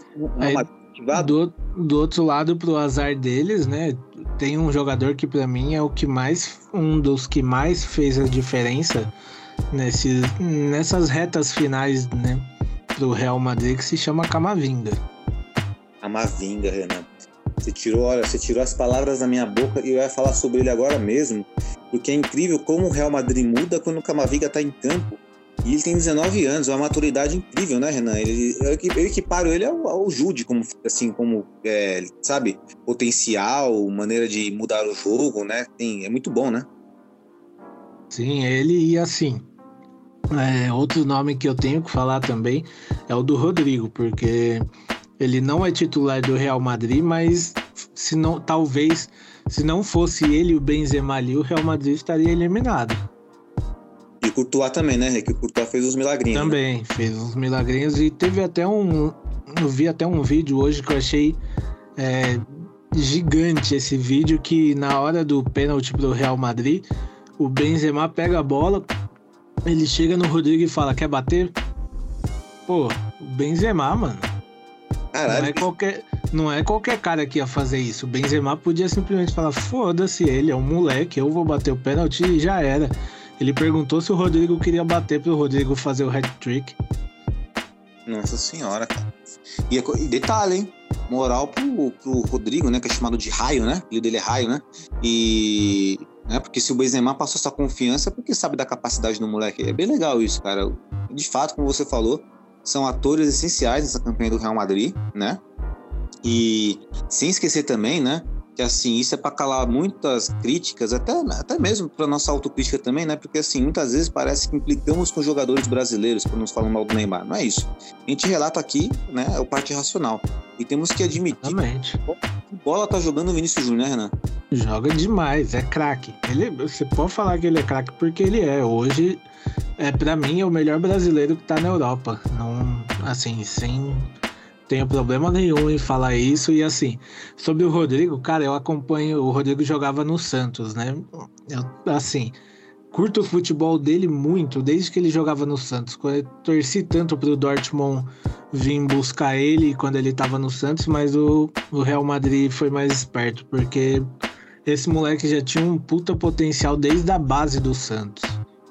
Speaker 4: Do outro lado, pro azar deles, né? Tem um jogador que pra mim é um dos que mais fez a diferença nessas retas finais, né? Pro Real Madrid, que se chama Camavinga.
Speaker 1: Camavinga, Renan. Você tirou as palavras da minha boca e eu ia falar sobre ele agora mesmo, porque é incrível como o Real Madrid muda quando o Camavinga tá em campo. E ele tem 19 anos, uma maturidade incrível, né, Renan? Eu equiparo ele ao Jude, sabe? Potencial, maneira de mudar o jogo, né? É muito bom, né?
Speaker 4: Sim, ele e assim... outro nome que eu tenho que falar também é o do Rodrigo, porque ele não é titular do Real Madrid, mas se não fosse ele e o Benzema ali, o Real Madrid estaria eliminado.
Speaker 1: E o Courtois também, né? Que o Courtois fez uns milagrinhos.
Speaker 4: Também, né? Fez uns milagrinhos e teve até eu vi até um vídeo hoje que eu achei gigante esse vídeo, que na hora do pênalti pro Real Madrid, o Benzema pega a bola, ele chega no Rodrigo e fala, quer bater? Pô, o Benzema, mano. Caralho. Não é qualquer cara que ia fazer isso. O Benzema podia simplesmente falar, foda-se, ele é um moleque, eu vou bater o pênalti e já era. Ele perguntou se o Rodrigo queria bater pro Rodrigo fazer o hat-trick.
Speaker 1: Nossa senhora, cara. E detalhe, hein? Moral pro Rodrigo, né? Que é chamado de Raio, né? O apelido dele é Raio, né? E... né? Porque se o Benzema passou essa confiança, é porque sabe da capacidade do moleque. É bem legal isso, cara. De fato, como você falou, são atores essenciais nessa campanha do Real Madrid, né? E sem esquecer também, né? Que assim, isso é para calar muitas críticas, até mesmo para nossa autocrítica também, né? Porque assim, muitas vezes parece que implicamos com jogadores brasileiros quando nos falam mal do Neymar. Não é isso. A gente relata aqui, né? É o parte racional. E temos que admitir
Speaker 4: Exatamente.
Speaker 1: que bola tá jogando o Vinícius Júnior, né, Renan?
Speaker 4: Joga demais, é craque. Você pode falar que ele é craque porque ele é. Hoje, para mim, é o melhor brasileiro que tá na Europa. Não, assim, tenho problema nenhum em falar isso. E assim, sobre o Rodrigo, cara, eu acompanho, o Rodrigo jogava no Santos, né? Eu, assim, curto o futebol dele muito, desde que ele jogava no Santos. Eu torci tanto pro Dortmund vir buscar ele quando ele tava no Santos, mas o Real Madrid foi mais esperto, porque esse moleque já tinha um puta potencial desde a base do Santos.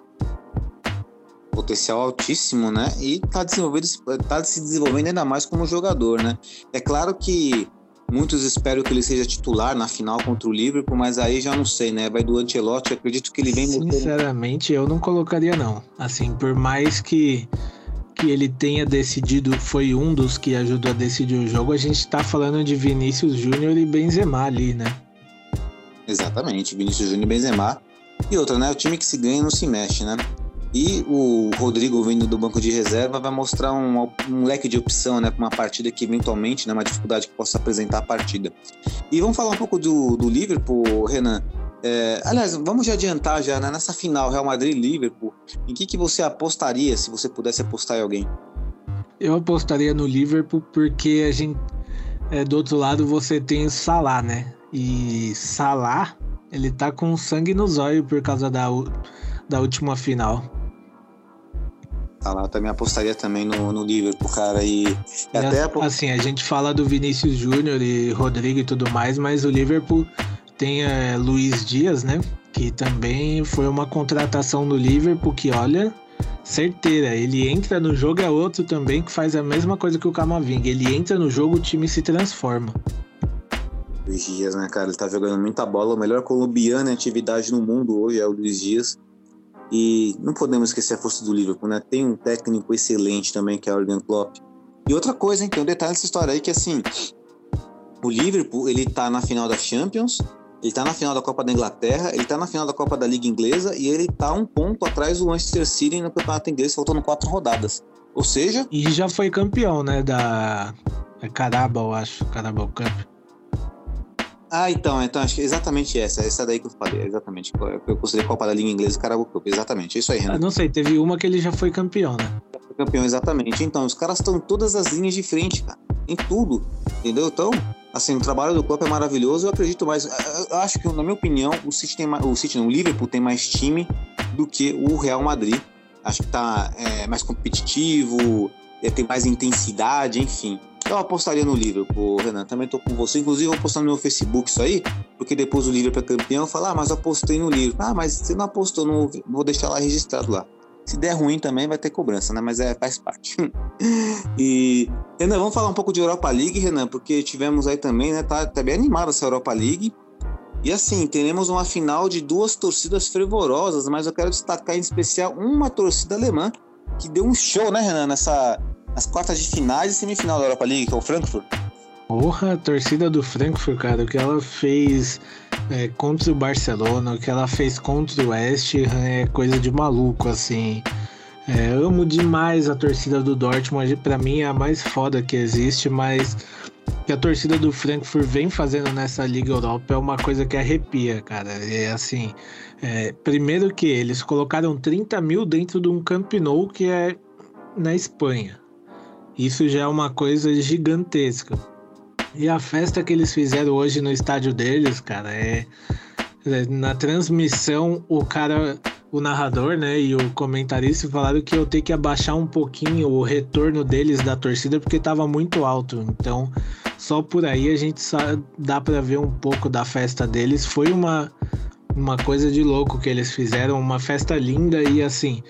Speaker 1: Potencial altíssimo, né? E tá se desenvolvendo ainda mais como jogador, né? É claro que muitos esperam que ele seja titular na final contra o Liverpool, mas aí já não sei, né? Vai do Ancelotti, acredito que ele vem...
Speaker 4: Sinceramente, eu não colocaria não. Assim, por mais que ele tenha decidido, foi um dos que ajudou a decidir o jogo, a gente tá falando de Vinícius Júnior e Benzema ali, né?
Speaker 1: Exatamente, Vinícius Júnior e Benzema. E outra, né? O time que se ganha não se mexe, né? E o Rodrigo, vindo do banco de reserva, vai mostrar um leque de opção, né, para uma partida que eventualmente, né, uma dificuldade que possa apresentar a partida. E vamos falar um pouco do Liverpool, Renan. Aliás, vamos já adiantar já, né, nessa final Real Madrid-Liverpool, em que você apostaria, se você pudesse apostar em alguém?
Speaker 4: Eu apostaria no Liverpool porque a gente, do outro lado você tem o Salah, né? E Salah, ele tá com sangue nos olhos por causa da última final.
Speaker 1: Salah, eu também apostaria também no Liverpool, cara. E até
Speaker 4: assim, a gente fala do Vinícius Júnior e Rodrigo e tudo mais, mas o Liverpool tem Luiz Dias, né? Que também foi uma contratação do Liverpool que, olha, certeira. Ele entra no jogo, é outro também que faz a mesma coisa que o Camavinga. Ele entra no jogo, o time se transforma.
Speaker 1: Luiz Dias, né, cara? Ele tá jogando muita bola. O melhor colombiano em atividade no mundo hoje é o Luiz Dias. E não podemos esquecer a força do Liverpool, né? Tem um técnico excelente também, que é o Jürgen Klopp. E outra coisa, hein, tem um detalhe nessa história aí que, assim, o Liverpool, ele tá na final da Champions, ele tá na final da Copa da Inglaterra, ele tá na final da Copa da Liga Inglesa e ele tá 1 ponto atrás do Manchester City no Campeonato Inglês, faltando 4 rodadas. Ou seja...
Speaker 4: E já foi campeão, né, da Carabao, acho, Carabao Cup.
Speaker 1: Então, acho que é exatamente essa daí que eu falei, exatamente. Eu considerei Copa da Liga Inglesa e Carabao Cup, exatamente, é isso aí, Renan.
Speaker 4: Não sei, teve uma que ele já foi campeão, né?
Speaker 1: Campeão, exatamente. Então, os caras estão em todas as linhas de frente, cara. Em tudo, entendeu? Então, assim, o trabalho do Klopp é maravilhoso. Eu acredito mais... Eu acho que, na minha opinião, o Liverpool tem mais time do que o Real Madrid. Acho que tá mais competitivo, tem mais intensidade, enfim. Eu apostaria no Liverpool, Renan. Também tô com você. Inclusive, eu vou postar no meu Facebook isso aí, porque depois o Liverpool é campeão. Eu falo, mas eu apostei no Liverpool. Mas você não apostou, não vou deixar lá registrado lá. Se der ruim também vai ter cobrança, né? Mas faz parte. E, Renan, vamos falar um pouco de Europa League, Renan, porque tivemos aí também, né? Tá bem animada essa Europa League. E assim, teremos uma final de 2 torcidas fervorosas, mas eu quero destacar em especial uma torcida alemã que deu um show, né, Renan? Nas quartas de finais e semifinal da Europa League, que é o Frankfurt.
Speaker 4: Porra, a torcida do Frankfurt, cara, o que ela fez contra o Barcelona, o que ela fez contra o West é coisa de maluco, assim. Amo demais a torcida do Dortmund, pra mim é a mais foda que existe, mas o que a torcida do Frankfurt vem fazendo nessa Liga Europa é uma coisa que arrepia, cara. É assim, primeiro que eles colocaram 30 mil dentro de um Camp Nou que é na Espanha. Isso já é uma coisa gigantesca. E a festa que eles fizeram hoje no estádio deles, cara, na transmissão, o narrador, né, e o comentarista falaram que eu tenho que abaixar um pouquinho o retorno deles da torcida porque tava muito alto. Então, só por aí a gente dá pra ver um pouco da festa deles. Foi uma coisa de louco que eles fizeram, uma festa linda e assim,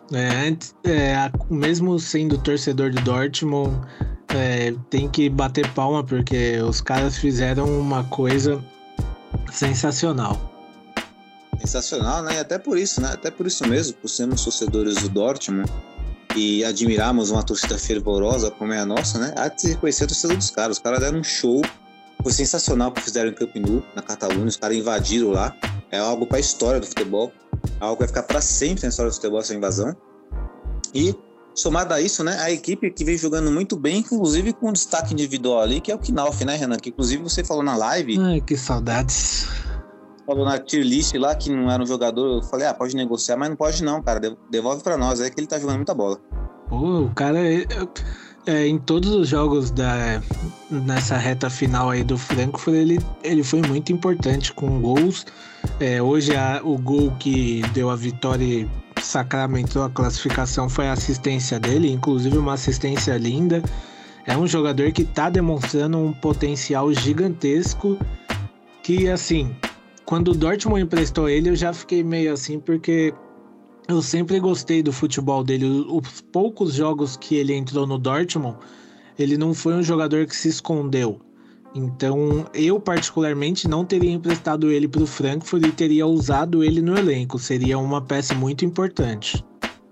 Speaker 4: mesmo sendo torcedor do Dortmund, tem que bater palma porque os caras fizeram uma coisa sensacional.
Speaker 1: Sensacional, né? E até por isso, né? Até por isso mesmo, por sermos torcedores do Dortmund e admirarmos uma torcida fervorosa como é a nossa, né? Há de se reconhecer a torcida dos caras. Os caras deram um show, foi sensacional o que fizeram em Camp Nou, na Catalunha. Os caras invadiram lá. É algo para a história do futebol, algo que vai ficar para sempre na história do futebol, essa invasão. E somado a isso, né, a equipe que vem jogando muito bem, inclusive com um destaque individual ali, que é o Knauf, né, Renan? Que inclusive você falou na live.
Speaker 4: Ai, que saudades.
Speaker 1: Falou na tier list lá que não era um jogador. Eu falei, pode negociar, mas não pode não, cara. Devolve pra nós, que ele tá jogando muita bola.
Speaker 4: Pô, o cara em todos os jogos nessa reta final aí do Frankfurt, ele foi muito importante com gols. Hoje o gol que deu a vitória e sacramentou a classificação foi a assistência dele, inclusive uma assistência linda. É um jogador que tá demonstrando um potencial gigantesco que, assim, quando o Dortmund emprestou ele, eu já fiquei meio assim, porque eu sempre gostei do futebol dele. Os poucos jogos que ele entrou no Dortmund, ele não foi um jogador que se escondeu. Então, eu particularmente não teria emprestado ele para o Frankfurt e teria usado ele no elenco. Seria uma peça muito importante.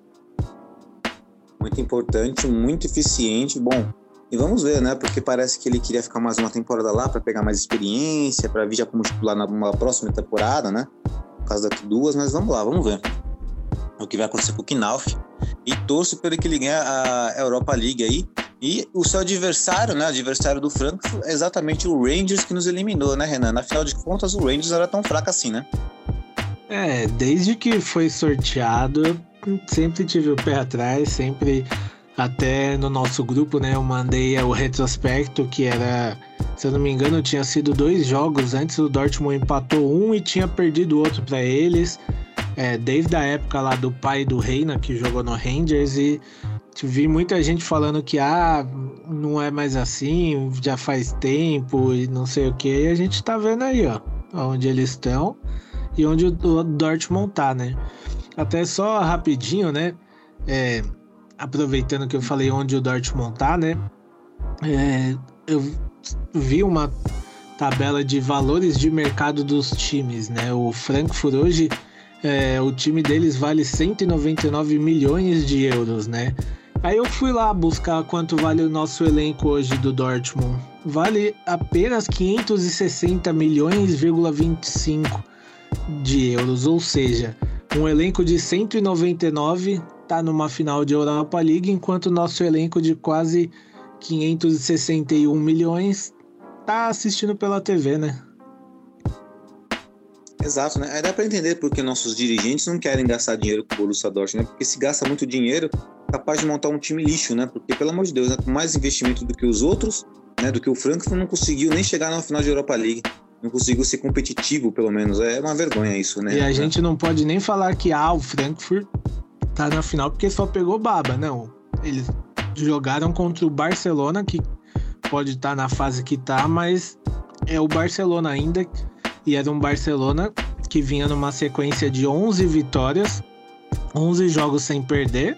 Speaker 1: Muito importante, muito eficiente. Bom, e vamos ver, né? Porque parece que ele queria ficar mais uma temporada lá para pegar mais experiência, para vir já como titular numa próxima temporada, né? Por causa daqui 2, mas vamos lá, vamos ver o que vai acontecer com o Knauf. E torço para ele que ele ganhe a Europa League aí. E o seu adversário, né? Adversário do Frankfurt é exatamente o Rangers que nos eliminou, né, Renan? Afinal de contas, o Rangers era tão fraco assim, né?
Speaker 4: Desde que foi sorteado, sempre tive o pé atrás, sempre, até no nosso grupo, né, eu mandei o retrospecto, que era, se eu não me engano, tinha sido 2 jogos antes, o Dortmund empatou um e tinha perdido o outro para eles, desde a época lá do pai do Reina, que jogou no Rangers, e vi muita gente falando que não é mais assim, já faz tempo e não sei o que, e a gente tá vendo aí, ó, onde eles estão e onde o Dortmund tá, né? Até só rapidinho, né? Aproveitando que eu falei onde o Dortmund tá, né? Eu vi uma tabela de valores de mercado dos times, né? O Frankfurt hoje, o time deles vale 199 milhões de euros, né? Aí eu fui lá buscar quanto vale o nosso elenco hoje do Dortmund. Vale apenas 560 milhões,25 de euros, ou seja, um elenco de 199 tá numa final de Europa League, enquanto o nosso elenco de quase 561 milhões tá assistindo pela TV, né?
Speaker 1: Exato, né? Aí dá pra entender porque nossos dirigentes não querem gastar dinheiro com o Borussia Dortmund, né? Porque se gasta muito dinheiro, é capaz de montar um time lixo, né? Porque, pelo amor de Deus, né? Com mais investimento do que os outros, né? Do que o Frankfurt, não conseguiu nem chegar na final de Europa League. Não conseguiu ser competitivo, pelo menos. É uma vergonha isso, né?
Speaker 4: E a gente não pode nem falar que o Frankfurt tá na final porque só pegou baba. Não, eles jogaram contra o Barcelona, que pode estar na fase que tá, mas é o Barcelona ainda. E era um Barcelona que vinha numa sequência de 11 vitórias, 11 jogos sem perder.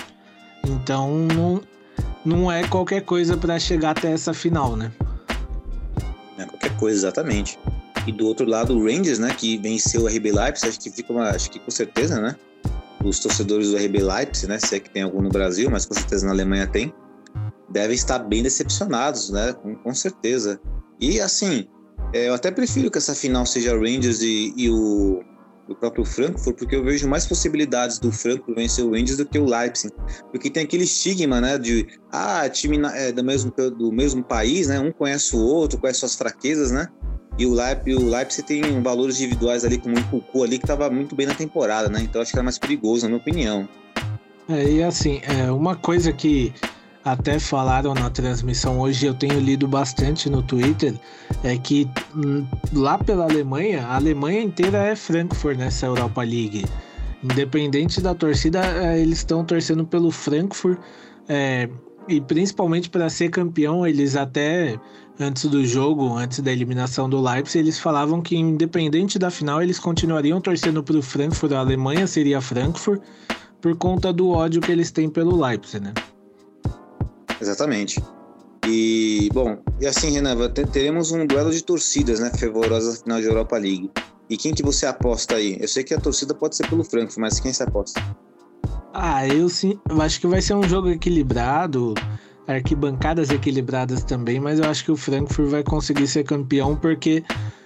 Speaker 4: Então não é qualquer coisa para chegar até essa final, né?
Speaker 1: Não é qualquer coisa, exatamente. E do outro lado, o Rangers, né, que venceu o RB Leipzig, acho que com certeza, né? Os torcedores do RB Leipzig, né, se é que tem algum no Brasil, mas com certeza na Alemanha tem, devem estar bem decepcionados, né? Com certeza. E assim, eu até prefiro que essa final seja Rangers e o próprio Frankfurt, porque eu vejo mais possibilidades do Frankfurt vencer o Rangers do que o Leipzig, porque tem aquele estigma, né, de time do mesmo país, né, um conhece o outro, conhece suas fraquezas, né, e o Leipzig tem valores individuais ali, como o Nkunku ali, que estava muito bem na temporada, né, então acho que era mais perigoso, na minha opinião.
Speaker 4: E assim, uma coisa que até falaram na transmissão hoje, eu tenho lido bastante no Twitter, é que lá pela Alemanha, a Alemanha inteira é Frankfurt nessa Europa League. Independente da torcida, eles estão torcendo pelo Frankfurt, e principalmente para ser campeão, eles até antes do jogo, antes da eliminação do Leipzig, eles falavam que independente da final, eles continuariam torcendo para o Frankfurt, a Alemanha seria Frankfurt, por conta do ódio que eles têm pelo Leipzig, né?
Speaker 1: Exatamente. E, bom, e assim, Renan, teremos um duelo de torcidas, né, fervorosa na final de Europa League. E quem que você aposta aí? Eu sei que a torcida pode ser pelo Frankfurt, mas quem você aposta?
Speaker 4: Eu acho que vai ser um jogo equilibrado, arquibancadas equilibradas também, mas eu acho que o Frankfurt vai conseguir ser campeão, porque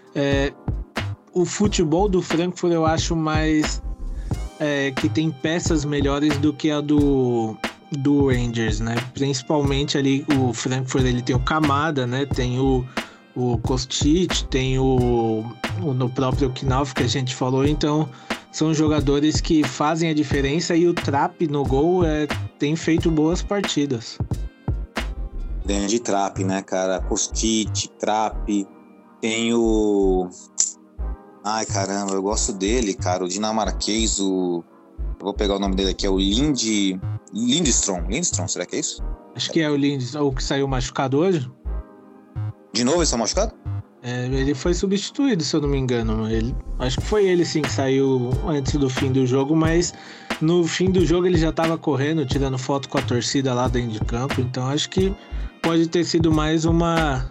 Speaker 4: o futebol do Frankfurt eu acho mais que tem peças melhores do que a do Rangers, né? Principalmente ali o Frankfurt, ele tem o Kamada, né? Tem o Kostic, tem no próprio Knauf que a gente falou, então são jogadores que fazem a diferença, e o Trapp no gol tem feito boas partidas.
Speaker 1: Grande Trapp, né, cara? Kostic, Trapp, tem o... Ai, caramba, eu gosto dele, cara, o dinamarquês, eu vou pegar o nome dele aqui, é o Lindstrom, será que é isso?
Speaker 4: Acho que é o Lindstrom, o que saiu machucado hoje.
Speaker 1: De novo ele está machucado?
Speaker 4: Ele foi substituído, se eu não me engano. Acho que foi ele sim que saiu antes do fim do jogo, mas no fim do jogo ele já estava correndo, tirando foto com a torcida lá dentro de campo, então acho que pode ter sido mais uma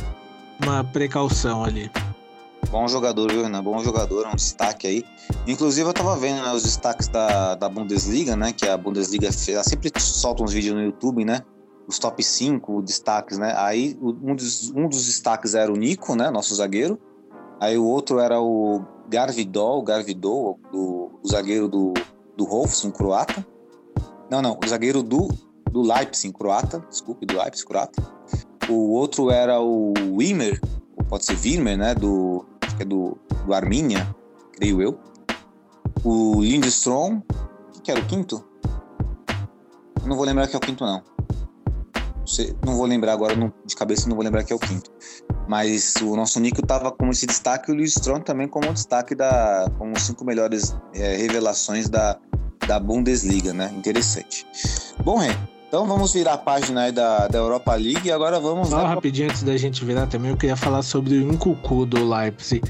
Speaker 4: precaução ali.
Speaker 1: Bom jogador, viu, Renan? Bom jogador, é um destaque aí. Inclusive eu tava vendo, né, os destaques da Bundesliga, né? Que a Bundesliga ela sempre solta uns vídeos no YouTube, né? Os top 5 destaques, né? Aí um dos destaques era o Nico, né? Nosso zagueiro. Aí o outro era o Garvidol, o zagueiro do Wolfsburg, croata. Não, o zagueiro do Leipzig, croata. Desculpe, do Leipzig, croata. O outro era o Wimmer, ou pode ser Wimmer, né? Acho que é do Arminia, creio eu. O Lindstrom, que era o quinto? Não vou lembrar que é o quinto, não. Não vou lembrar agora, de cabeça não vou lembrar que é o quinto. Mas o nosso Nico estava como esse destaque, e o Lindstrom também como destaque como 5 melhores revelações da Bundesliga, né? Interessante. Bom, Ren, então vamos virar a página aí da Europa League e agora vamos...
Speaker 4: Só rapidinho antes da gente virar também, eu queria falar sobre o Nkunku do Leipzig.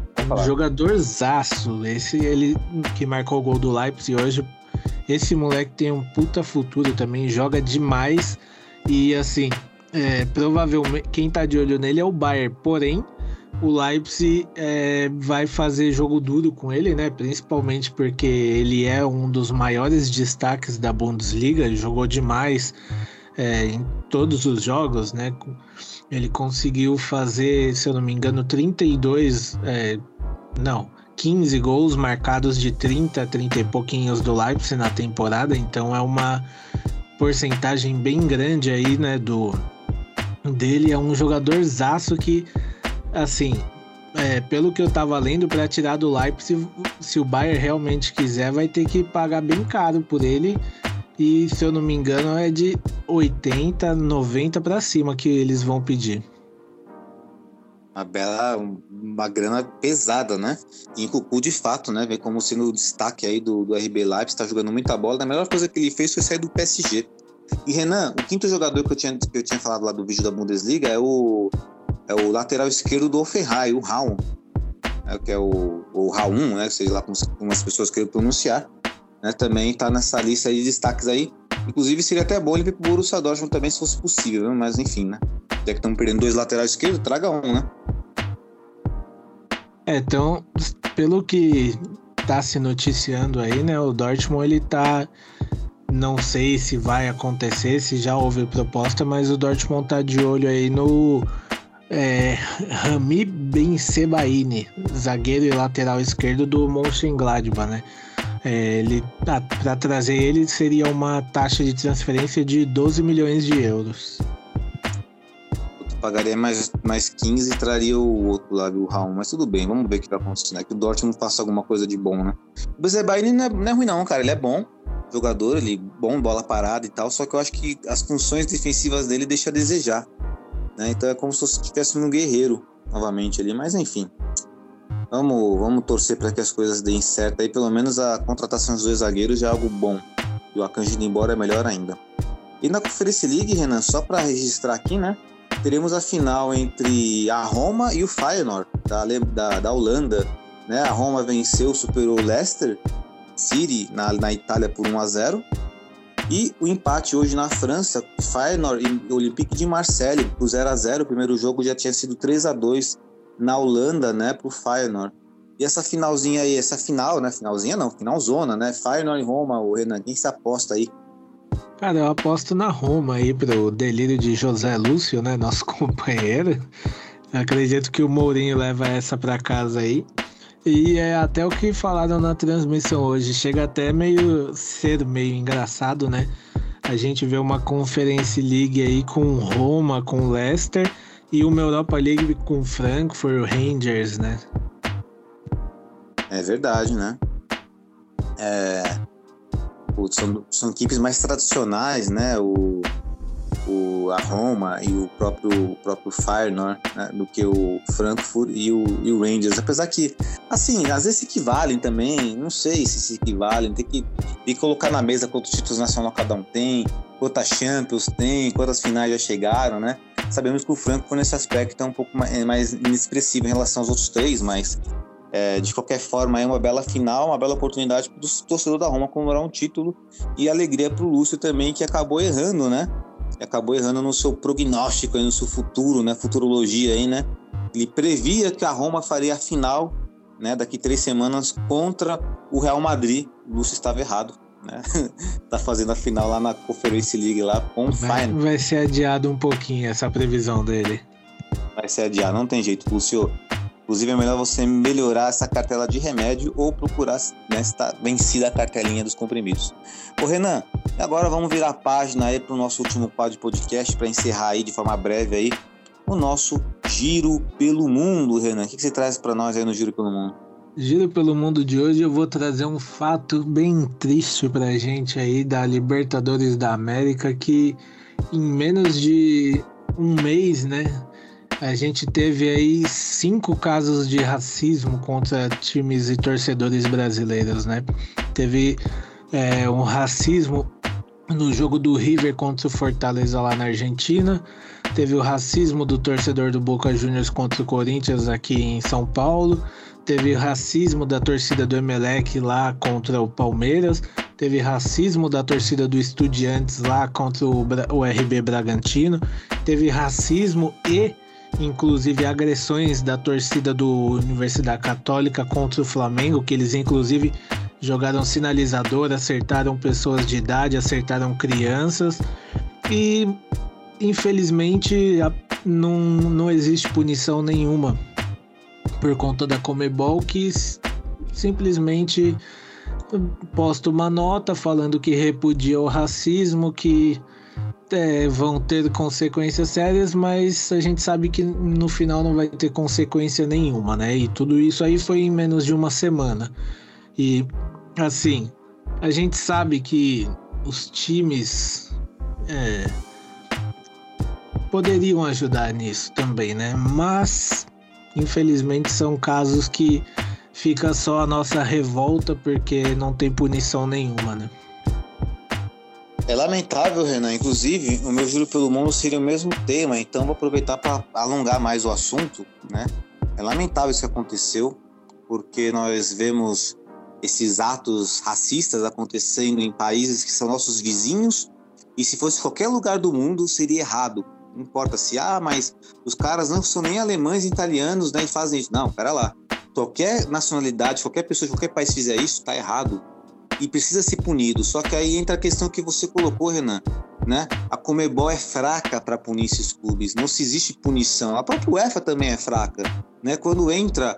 Speaker 4: Jogadorzaço, ele que marcou o gol do Leipzig hoje. Esse moleque tem um puta futuro também, joga demais. E assim, provavelmente quem tá de olho nele é o Bayern. Porém, o Leipzig vai fazer jogo duro com ele, né? Principalmente porque ele é um dos maiores destaques da Bundesliga, ele jogou demais em todos os jogos, né? Ele conseguiu fazer, se eu não me engano, 15 gols marcados de 30 e pouquinhos do Leipzig na temporada, então é uma porcentagem bem grande aí, né, dele. É um jogadorzaço que, assim, pelo que eu tava lendo, para tirar do Leipzig, se o Bayern realmente quiser, vai ter que pagar bem caro por ele, e se eu não me engano é de 80, 90 para cima que eles vão pedir.
Speaker 1: Uma grana pesada, né? E Nkunku, de fato, né? Vem como sendo o destaque aí do RB Leipzig, tá jogando muita bola. A melhor coisa que ele fez foi sair do PSG. E Renan, o quinto jogador que eu tinha falado lá do vídeo da Bundesliga é o lateral esquerdo do Hoffenheim, o Raum. Que é o Raum, né? Sei lá como as pessoas querem pronunciar. Né? Também tá nessa lista aí de destaques aí. Inclusive seria até bom ele vir pro Borussia Dortmund também, se fosse possível, né? Mas enfim, né? Já que estamos perdendo 2 laterais esquerdos, traga um, né?
Speaker 4: Então, pelo que tá se noticiando aí, né? O Dortmund, ele tá... Não sei se vai acontecer, se já houve proposta, mas o Dortmund tá de olho aí no Rami Bensebaini, zagueiro e lateral esquerdo do Mönchengladbach, né? Para trazer ele seria uma taxa de transferência de 12 milhões de euros.
Speaker 1: Pagaria mais 15 e traria o outro lá, o Raul. Mas tudo bem, vamos ver o que vai acontecer, né? Que o Dortmund faça alguma coisa de bom, né? O Bensebaini não é ruim não, cara. Ele é bom jogador, ele bom, bola parada e tal. Só que eu acho que as funções defensivas dele deixam a desejar, né? Então é como se estivesse um guerreiro novamente ali. Mas enfim, vamos torcer para que as coisas deem certo. Aí pelo menos a contratação dos 2 zagueiros já é algo bom. E o Akanji indo embora é melhor ainda. E na Conference League, Renan, só para registrar aqui, né? Teremos a final entre a Roma e o Feyenoord, da Holanda. Né? A Roma venceu, superou o Leicester City na Itália por 1-0. E o empate hoje na França, Feyenoord e Olympique de Marseille por 0-0. O primeiro jogo já tinha sido 3-2 na Holanda, né, pro Feyenoord. E essa finalzinha aí, finalzona, né? Feyenoord e Roma, o Renan, quem se aposta aí?
Speaker 4: Cara, eu aposto na Roma aí pro delírio de José Lúcio, né? Nosso companheiro. Eu acredito que o Mourinho leva essa pra casa aí. E é até o que falaram na transmissão hoje. Chega até ser meio engraçado, né? A gente vê uma Conference League aí com Roma, com Leicester e uma Europa League com Frankfurt, Rangers, né?
Speaker 1: É verdade, né? São equipes mais tradicionais, né? A Roma e o próprio Feyenoord, né? Do que o Frankfurt e o Rangers. Apesar que, assim, às vezes se equivalem também. Não sei se equivalem. Tem que colocar na mesa quantos títulos nacional cada um tem, quantas Champions tem, quantas finais já chegaram, né? Sabemos que o Frankfurt nesse aspecto é um pouco mais inexpressivo em relação aos outros 3, mas de qualquer forma é uma bela final, uma bela oportunidade para o torcedor da Roma comemorar um título e alegria para o Lúcio também, que acabou errando, né? Acabou errando no seu prognóstico, no seu futuro, né? Futurologia aí, né? Ele previa que a Roma faria a final, né? Daqui 3 semanas contra o Real Madrid. O Lúcio estava errado, né? Tá fazendo a final lá na Conference League lá com o Feyenoord.
Speaker 4: Vai ser adiado um pouquinho essa previsão dele.
Speaker 1: Vai ser adiado, não tem jeito, Lúcio. Inclusive é melhor você melhorar essa cartela de remédio ou procurar, né, estar vencida a cartelinha dos comprimidos. Ô Renan, agora vamos virar a página aí para o nosso último quadro de podcast para encerrar aí de forma breve aí o nosso Giro pelo Mundo, Renan. O que você traz para nós aí no Giro pelo Mundo?
Speaker 4: Giro pelo Mundo de hoje eu vou trazer um fato bem triste pra gente aí da Libertadores da América, que em menos de um mês, né, a gente teve aí 5 casos de racismo contra times e torcedores brasileiros, né? Teve um racismo no jogo do River contra o Fortaleza lá na Argentina. Teve o racismo do torcedor do Boca Juniors contra o Corinthians aqui em São Paulo. Teve racismo da torcida do Emelec lá contra o Palmeiras. Teve racismo da torcida do Estudiantes lá contra o RB Bragantino. Teve racismo e inclusive agressões da torcida do Universidade Católica contra o Flamengo, que eles inclusive jogaram sinalizador, acertaram pessoas de idade, acertaram crianças e infelizmente não existe punição nenhuma por conta da Conmebol, que simplesmente posta uma nota falando que repudia o racismo, que vão ter consequências sérias, mas a gente sabe que no final não vai ter consequência nenhuma, né? E tudo isso aí foi em menos de uma semana. E, assim, a gente sabe que os times poderiam ajudar nisso também, né? Mas, infelizmente, são casos que fica só a nossa revolta porque não tem punição nenhuma, né?
Speaker 1: É lamentável, Renan. Inclusive, o meu Juro pelo Mundo seria o mesmo tema, então vou aproveitar para alongar mais o assunto, né? É lamentável isso que aconteceu, porque nós vemos esses atos racistas acontecendo em países que são nossos vizinhos, e se fosse qualquer lugar do mundo, seria errado. Não importa se, mas os caras não são nem alemães, italianos, né, e fazem isso. Não, pera lá. Qualquer nacionalidade, qualquer pessoa de qualquer país fizer isso, tá errado. E precisa ser punido. Só que aí entra a questão que você colocou, Renan, né? A Conmebol é fraca para punir esses clubes. Não se existe punição. A própria UEFA também é fraca, né? Quando entra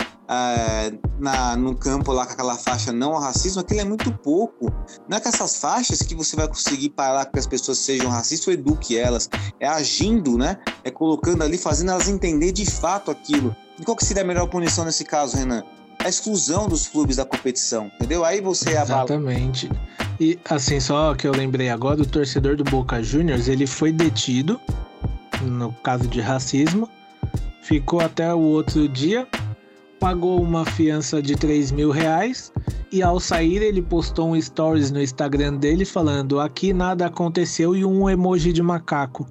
Speaker 1: no campo lá com aquela faixa não ao racismo, aquilo é muito pouco. Não é com essas faixas que você vai conseguir parar que as pessoas sejam racistas ou eduque elas. É agindo, né? É colocando ali, fazendo elas entender de fato aquilo. E qual que seria a melhor punição nesse caso, Renan? A exclusão dos clubes da competição, entendeu? Aí você
Speaker 4: Exatamente. E assim, só que eu lembrei agora, o torcedor do Boca Juniors, ele foi detido no caso de racismo, ficou até o outro dia, pagou uma fiança de R$3.000 e ao sair ele postou um stories no Instagram dele falando: aqui nada aconteceu, e um emoji de macaco.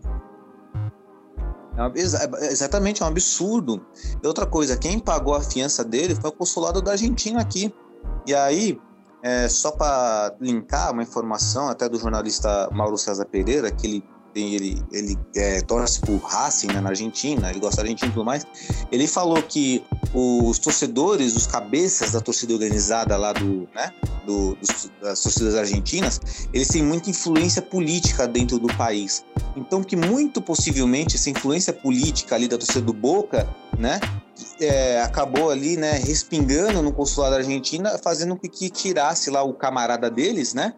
Speaker 1: Exatamente, é um absurdo. E outra coisa, quem pagou a fiança dele foi o consulado da Argentina aqui. E aí, só para linkar uma informação até do jornalista Mauro César Pereira, que ele torce por Racing, né, na Argentina, ele gosta da Argentina e tudo mais. Ele falou que os torcedores, os cabeças da torcida organizada lá das torcidas argentinas, eles têm muita influência política dentro do país. Então, que muito possivelmente essa influência política ali da torcida do Boca, né, acabou ali, né, respingando no consulado da Argentina, fazendo com que tirasse lá o camarada deles, né,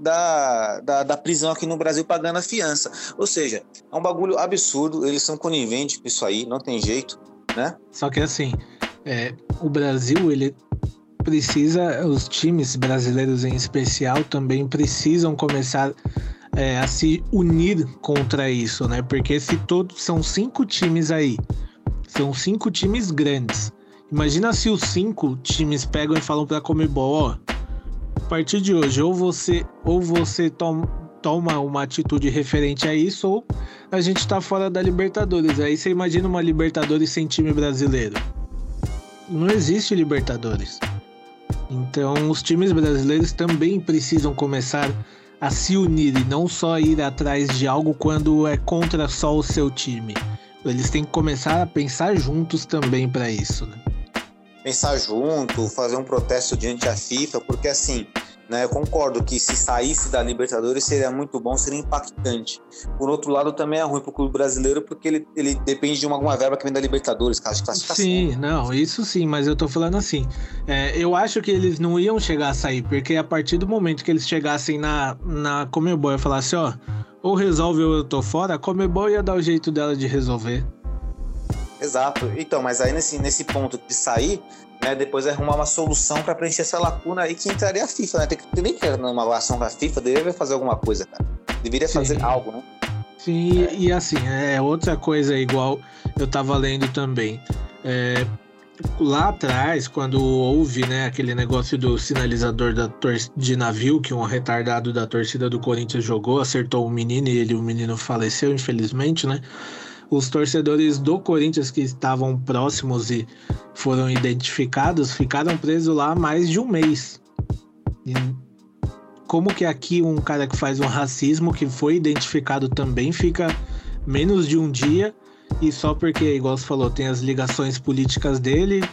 Speaker 1: da prisão aqui no Brasil, pagando a fiança. Ou seja, é um bagulho absurdo, eles são coniventes com isso aí, não tem jeito, né?
Speaker 4: Só que assim, o Brasil, ele precisa, os times brasileiros em especial também precisam começar a se unir contra isso, né? Porque se todos são 5 times aí, são 5 times grandes. Imagina se os 5 times pegam e falam pra Conmebol: a partir de hoje, ou você toma uma atitude referente a isso, ou a gente tá fora da Libertadores. Aí você imagina uma Libertadores sem time brasileiro. Não existe Libertadores. Então os times brasileiros também precisam começar a se unir e não só ir atrás de algo quando é contra só o seu time. Eles têm que começar a pensar juntos também para isso, né?
Speaker 1: Pensar junto, fazer um protesto diante da FIFA, porque assim, né, eu concordo que se saísse da Libertadores seria muito bom, seria impactante. Por outro lado, também é ruim pro clube brasileiro, porque ele depende de alguma verba que vem da Libertadores, caso de classificação.
Speaker 4: Sim, não, isso sim, mas eu tô falando assim, eu acho que eles não iam chegar a sair, porque a partir do momento que eles chegassem na Conmebol e falassem: ou resolve ou eu tô fora, a Conmebol ia dar o jeito dela de resolver.
Speaker 1: Exato. Então, mas aí nesse ponto de sair, né, depois arrumar uma solução para preencher essa lacuna aí, que entraria a FIFA, né? Tem que ter uma ação com a FIFA, deveria fazer alguma coisa, cara. Deveria fazer algo, né?
Speaker 4: Sim, e assim, outra coisa igual eu tava lendo também. Lá atrás, quando houve, né, aquele negócio do sinalizador de navio, que um retardado da torcida do Corinthians jogou, acertou o menino e o menino faleceu, infelizmente, né? Os torcedores do Corinthians que estavam próximos e foram identificados ficaram presos lá há mais de um mês. E como que aqui um cara que faz um racismo, que foi identificado também, fica menos de um dia e só porque, igual você falou, tem as ligações políticas dele,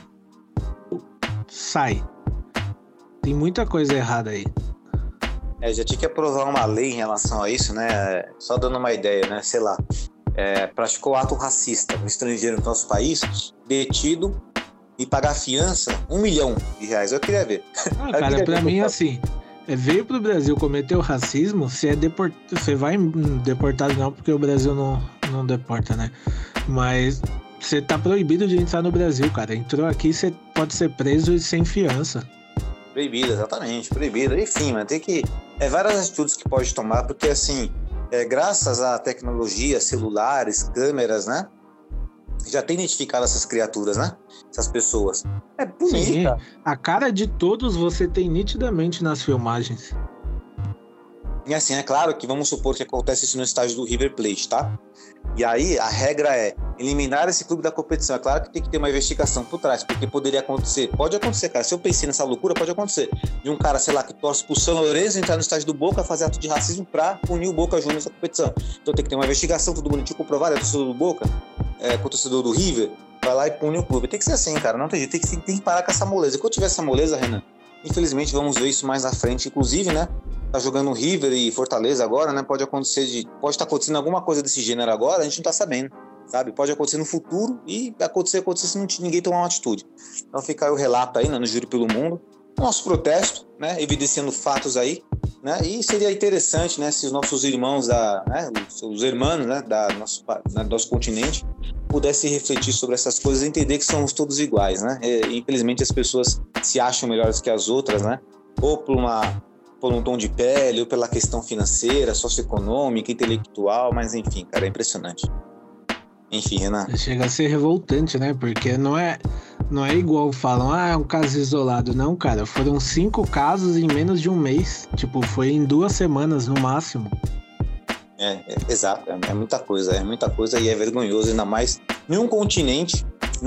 Speaker 4: sai. Tem muita coisa errada aí.
Speaker 1: Já tinha que aprovar uma lei em relação a isso, né? Só dando uma ideia, né? Sei lá, praticou ato racista no estrangeiro no nosso país, detido e pagar fiança R$1 milhão. Eu queria ver.
Speaker 4: Cara, pra mim, assim, veio pro Brasil, cometeu racismo, você vai deportado não, porque o Brasil não deporta, né? Mas você tá proibido de entrar no Brasil, cara. Entrou aqui, você pode ser preso e sem fiança.
Speaker 1: Proibido, exatamente, proibido. Enfim, mas tem que... várias atitudes que pode tomar, porque assim, graças à tecnologia, celulares, câmeras, né? Já tem identificado essas criaturas, né? Essas pessoas. É bonita.
Speaker 4: Sim, a cara de todos você tem nitidamente nas filmagens.
Speaker 1: E assim, é claro que vamos supor que acontece isso no estádio do River Plate, tá? E aí a regra é eliminar esse clube da competição. É claro que tem que ter uma investigação por trás, porque poderia acontecer. Pode acontecer, cara. Se eu pensei nessa loucura, pode acontecer. De um cara, sei lá, que torce pro São Lourenço, entrar no estádio do Boca, fazer ato de racismo pra punir o Boca Juniors nessa competição. Então tem que ter uma investigação, tudo bonitinho, comprovado. É torcedor do Boca, com o torcedor do River, vai lá e pune o clube. Tem que ser assim, cara. Não tem jeito. Tem que parar com essa moleza. Quando tiver essa moleza, Renan, infelizmente vamos ver isso mais à frente. Inclusive, né? Tá jogando River e Fortaleza agora, né? Pode estar acontecendo alguma coisa desse gênero agora, a gente não tá sabendo, sabe? Pode acontecer no futuro e acontecer se ninguém tomar uma atitude. Então fica aí o relato aí, né, no Júri pelo Mundo, nosso protesto, né? Evidenciando fatos aí, né? E seria interessante, né? Se os nossos irmãos, os irmãos, né? Do nosso continente pudessem refletir sobre essas coisas e entender que somos todos iguais, né? Infelizmente as pessoas se acham melhores que as outras, né? Ou por um tom de pele, ou pela questão financeira, socioeconômica, intelectual, mas enfim, cara, é impressionante. Enfim, Renan.
Speaker 4: Chega a ser revoltante, né? Porque não é igual falam, é um caso isolado. Não, cara, foram 5 casos em menos de um mês. Tipo, foi em 2 semanas no máximo.
Speaker 1: Exato, é muita coisa e é vergonhoso, ainda mais em um continente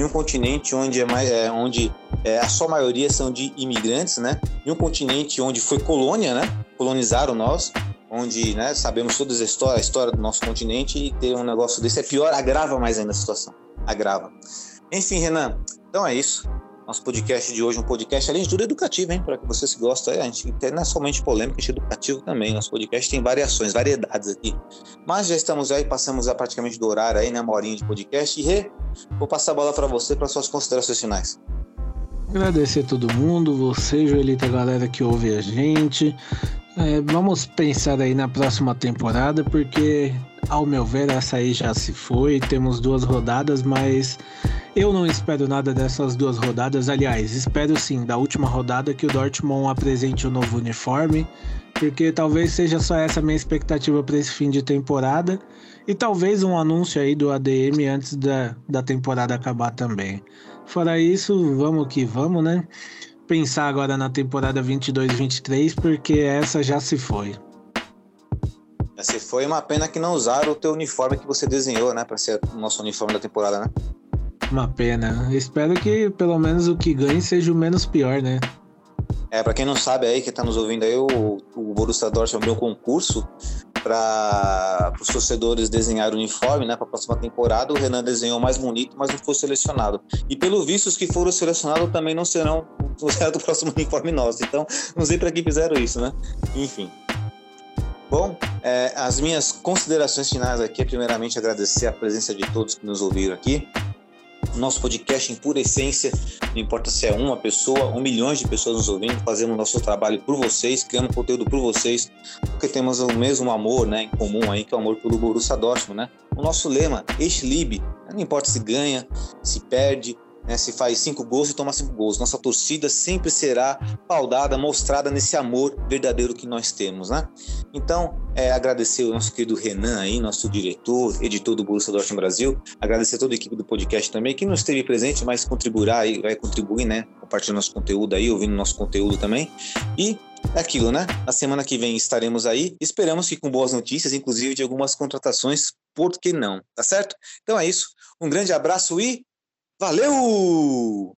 Speaker 1: onde a sua maioria são de imigrantes, né? Em um continente onde foi colônia, né? Colonizaram nós, onde, né, sabemos toda a história do nosso continente, e ter um negócio desse é pior, agrava mais ainda a situação. Agrava. Enfim, Renan, então é isso. Nosso podcast de hoje, um podcast, além de tudo, educativo, hein? Para que você se gosta, a gente não é somente polêmico, a gente é educativo também. Nosso podcast tem variedades aqui. Mas já estamos aí, passamos praticamente do horário aí, né? Uma horinha de podcast. E vou passar a bola para você, para suas considerações finais.
Speaker 4: Agradecer a todo mundo, você, Joelita, a galera que ouve a gente. Vamos pensar aí na próxima temporada, porque, ao meu ver, essa aí já se foi. Temos 2 rodadas, mas eu não espero nada dessas 2 rodadas. Aliás, espero sim, da última rodada, que o Dortmund apresente um novo uniforme, porque talvez seja só essa a minha expectativa para esse fim de temporada. E talvez um anúncio aí do ADM antes da temporada acabar também. Fora isso, vamos que vamos, né? Pensar agora na temporada 22-23, porque essa já se foi.
Speaker 1: Já se foi, uma pena que não usaram o teu uniforme que você desenhou, né? Para ser o nosso uniforme da temporada, né?
Speaker 4: Uma pena. Espero que pelo menos o que ganhe seja o menos pior, né?
Speaker 1: Para quem não sabe aí, que tá nos ouvindo aí, o Borussia Dortmund abriu um concurso para os torcedores desenhar o uniforme, né, para a próxima temporada. O Renan desenhou o mais bonito, mas não foi selecionado. E pelo visto, os que foram selecionados também não serão do próximo uniforme nosso. Então, não sei para que fizeram isso, né? Enfim. Bom, as minhas considerações finais aqui é primeiramente agradecer a presença de todos que nos ouviram aqui. Nosso podcast em pura essência, não importa se é uma pessoa ou milhões de pessoas nos ouvindo, fazemos nosso trabalho por vocês, criando conteúdo por vocês, porque temos o mesmo amor, né, em comum aí, que é o amor pelo Borussia Dortmund, né? O nosso lema, Ich liebe, não importa se ganha, se perde, né, se faz 5 gols e toma 5 gols. Nossa torcida sempre será paudada, mostrada nesse amor verdadeiro que nós temos, né? Então, agradecer o nosso querido Renan aí, nosso diretor, editor do Borussia Dortmund Brasil. Agradecer a toda a equipe do podcast também, que não esteve presente, mas contribuirá aí, vai contribuir, né? Compartilhando nosso conteúdo aí, ouvindo nosso conteúdo também. E é aquilo, né? Na semana que vem estaremos aí. Esperamos que com boas notícias, inclusive de algumas contratações, por que não? Tá certo? Então é isso. Um grande abraço e valeu!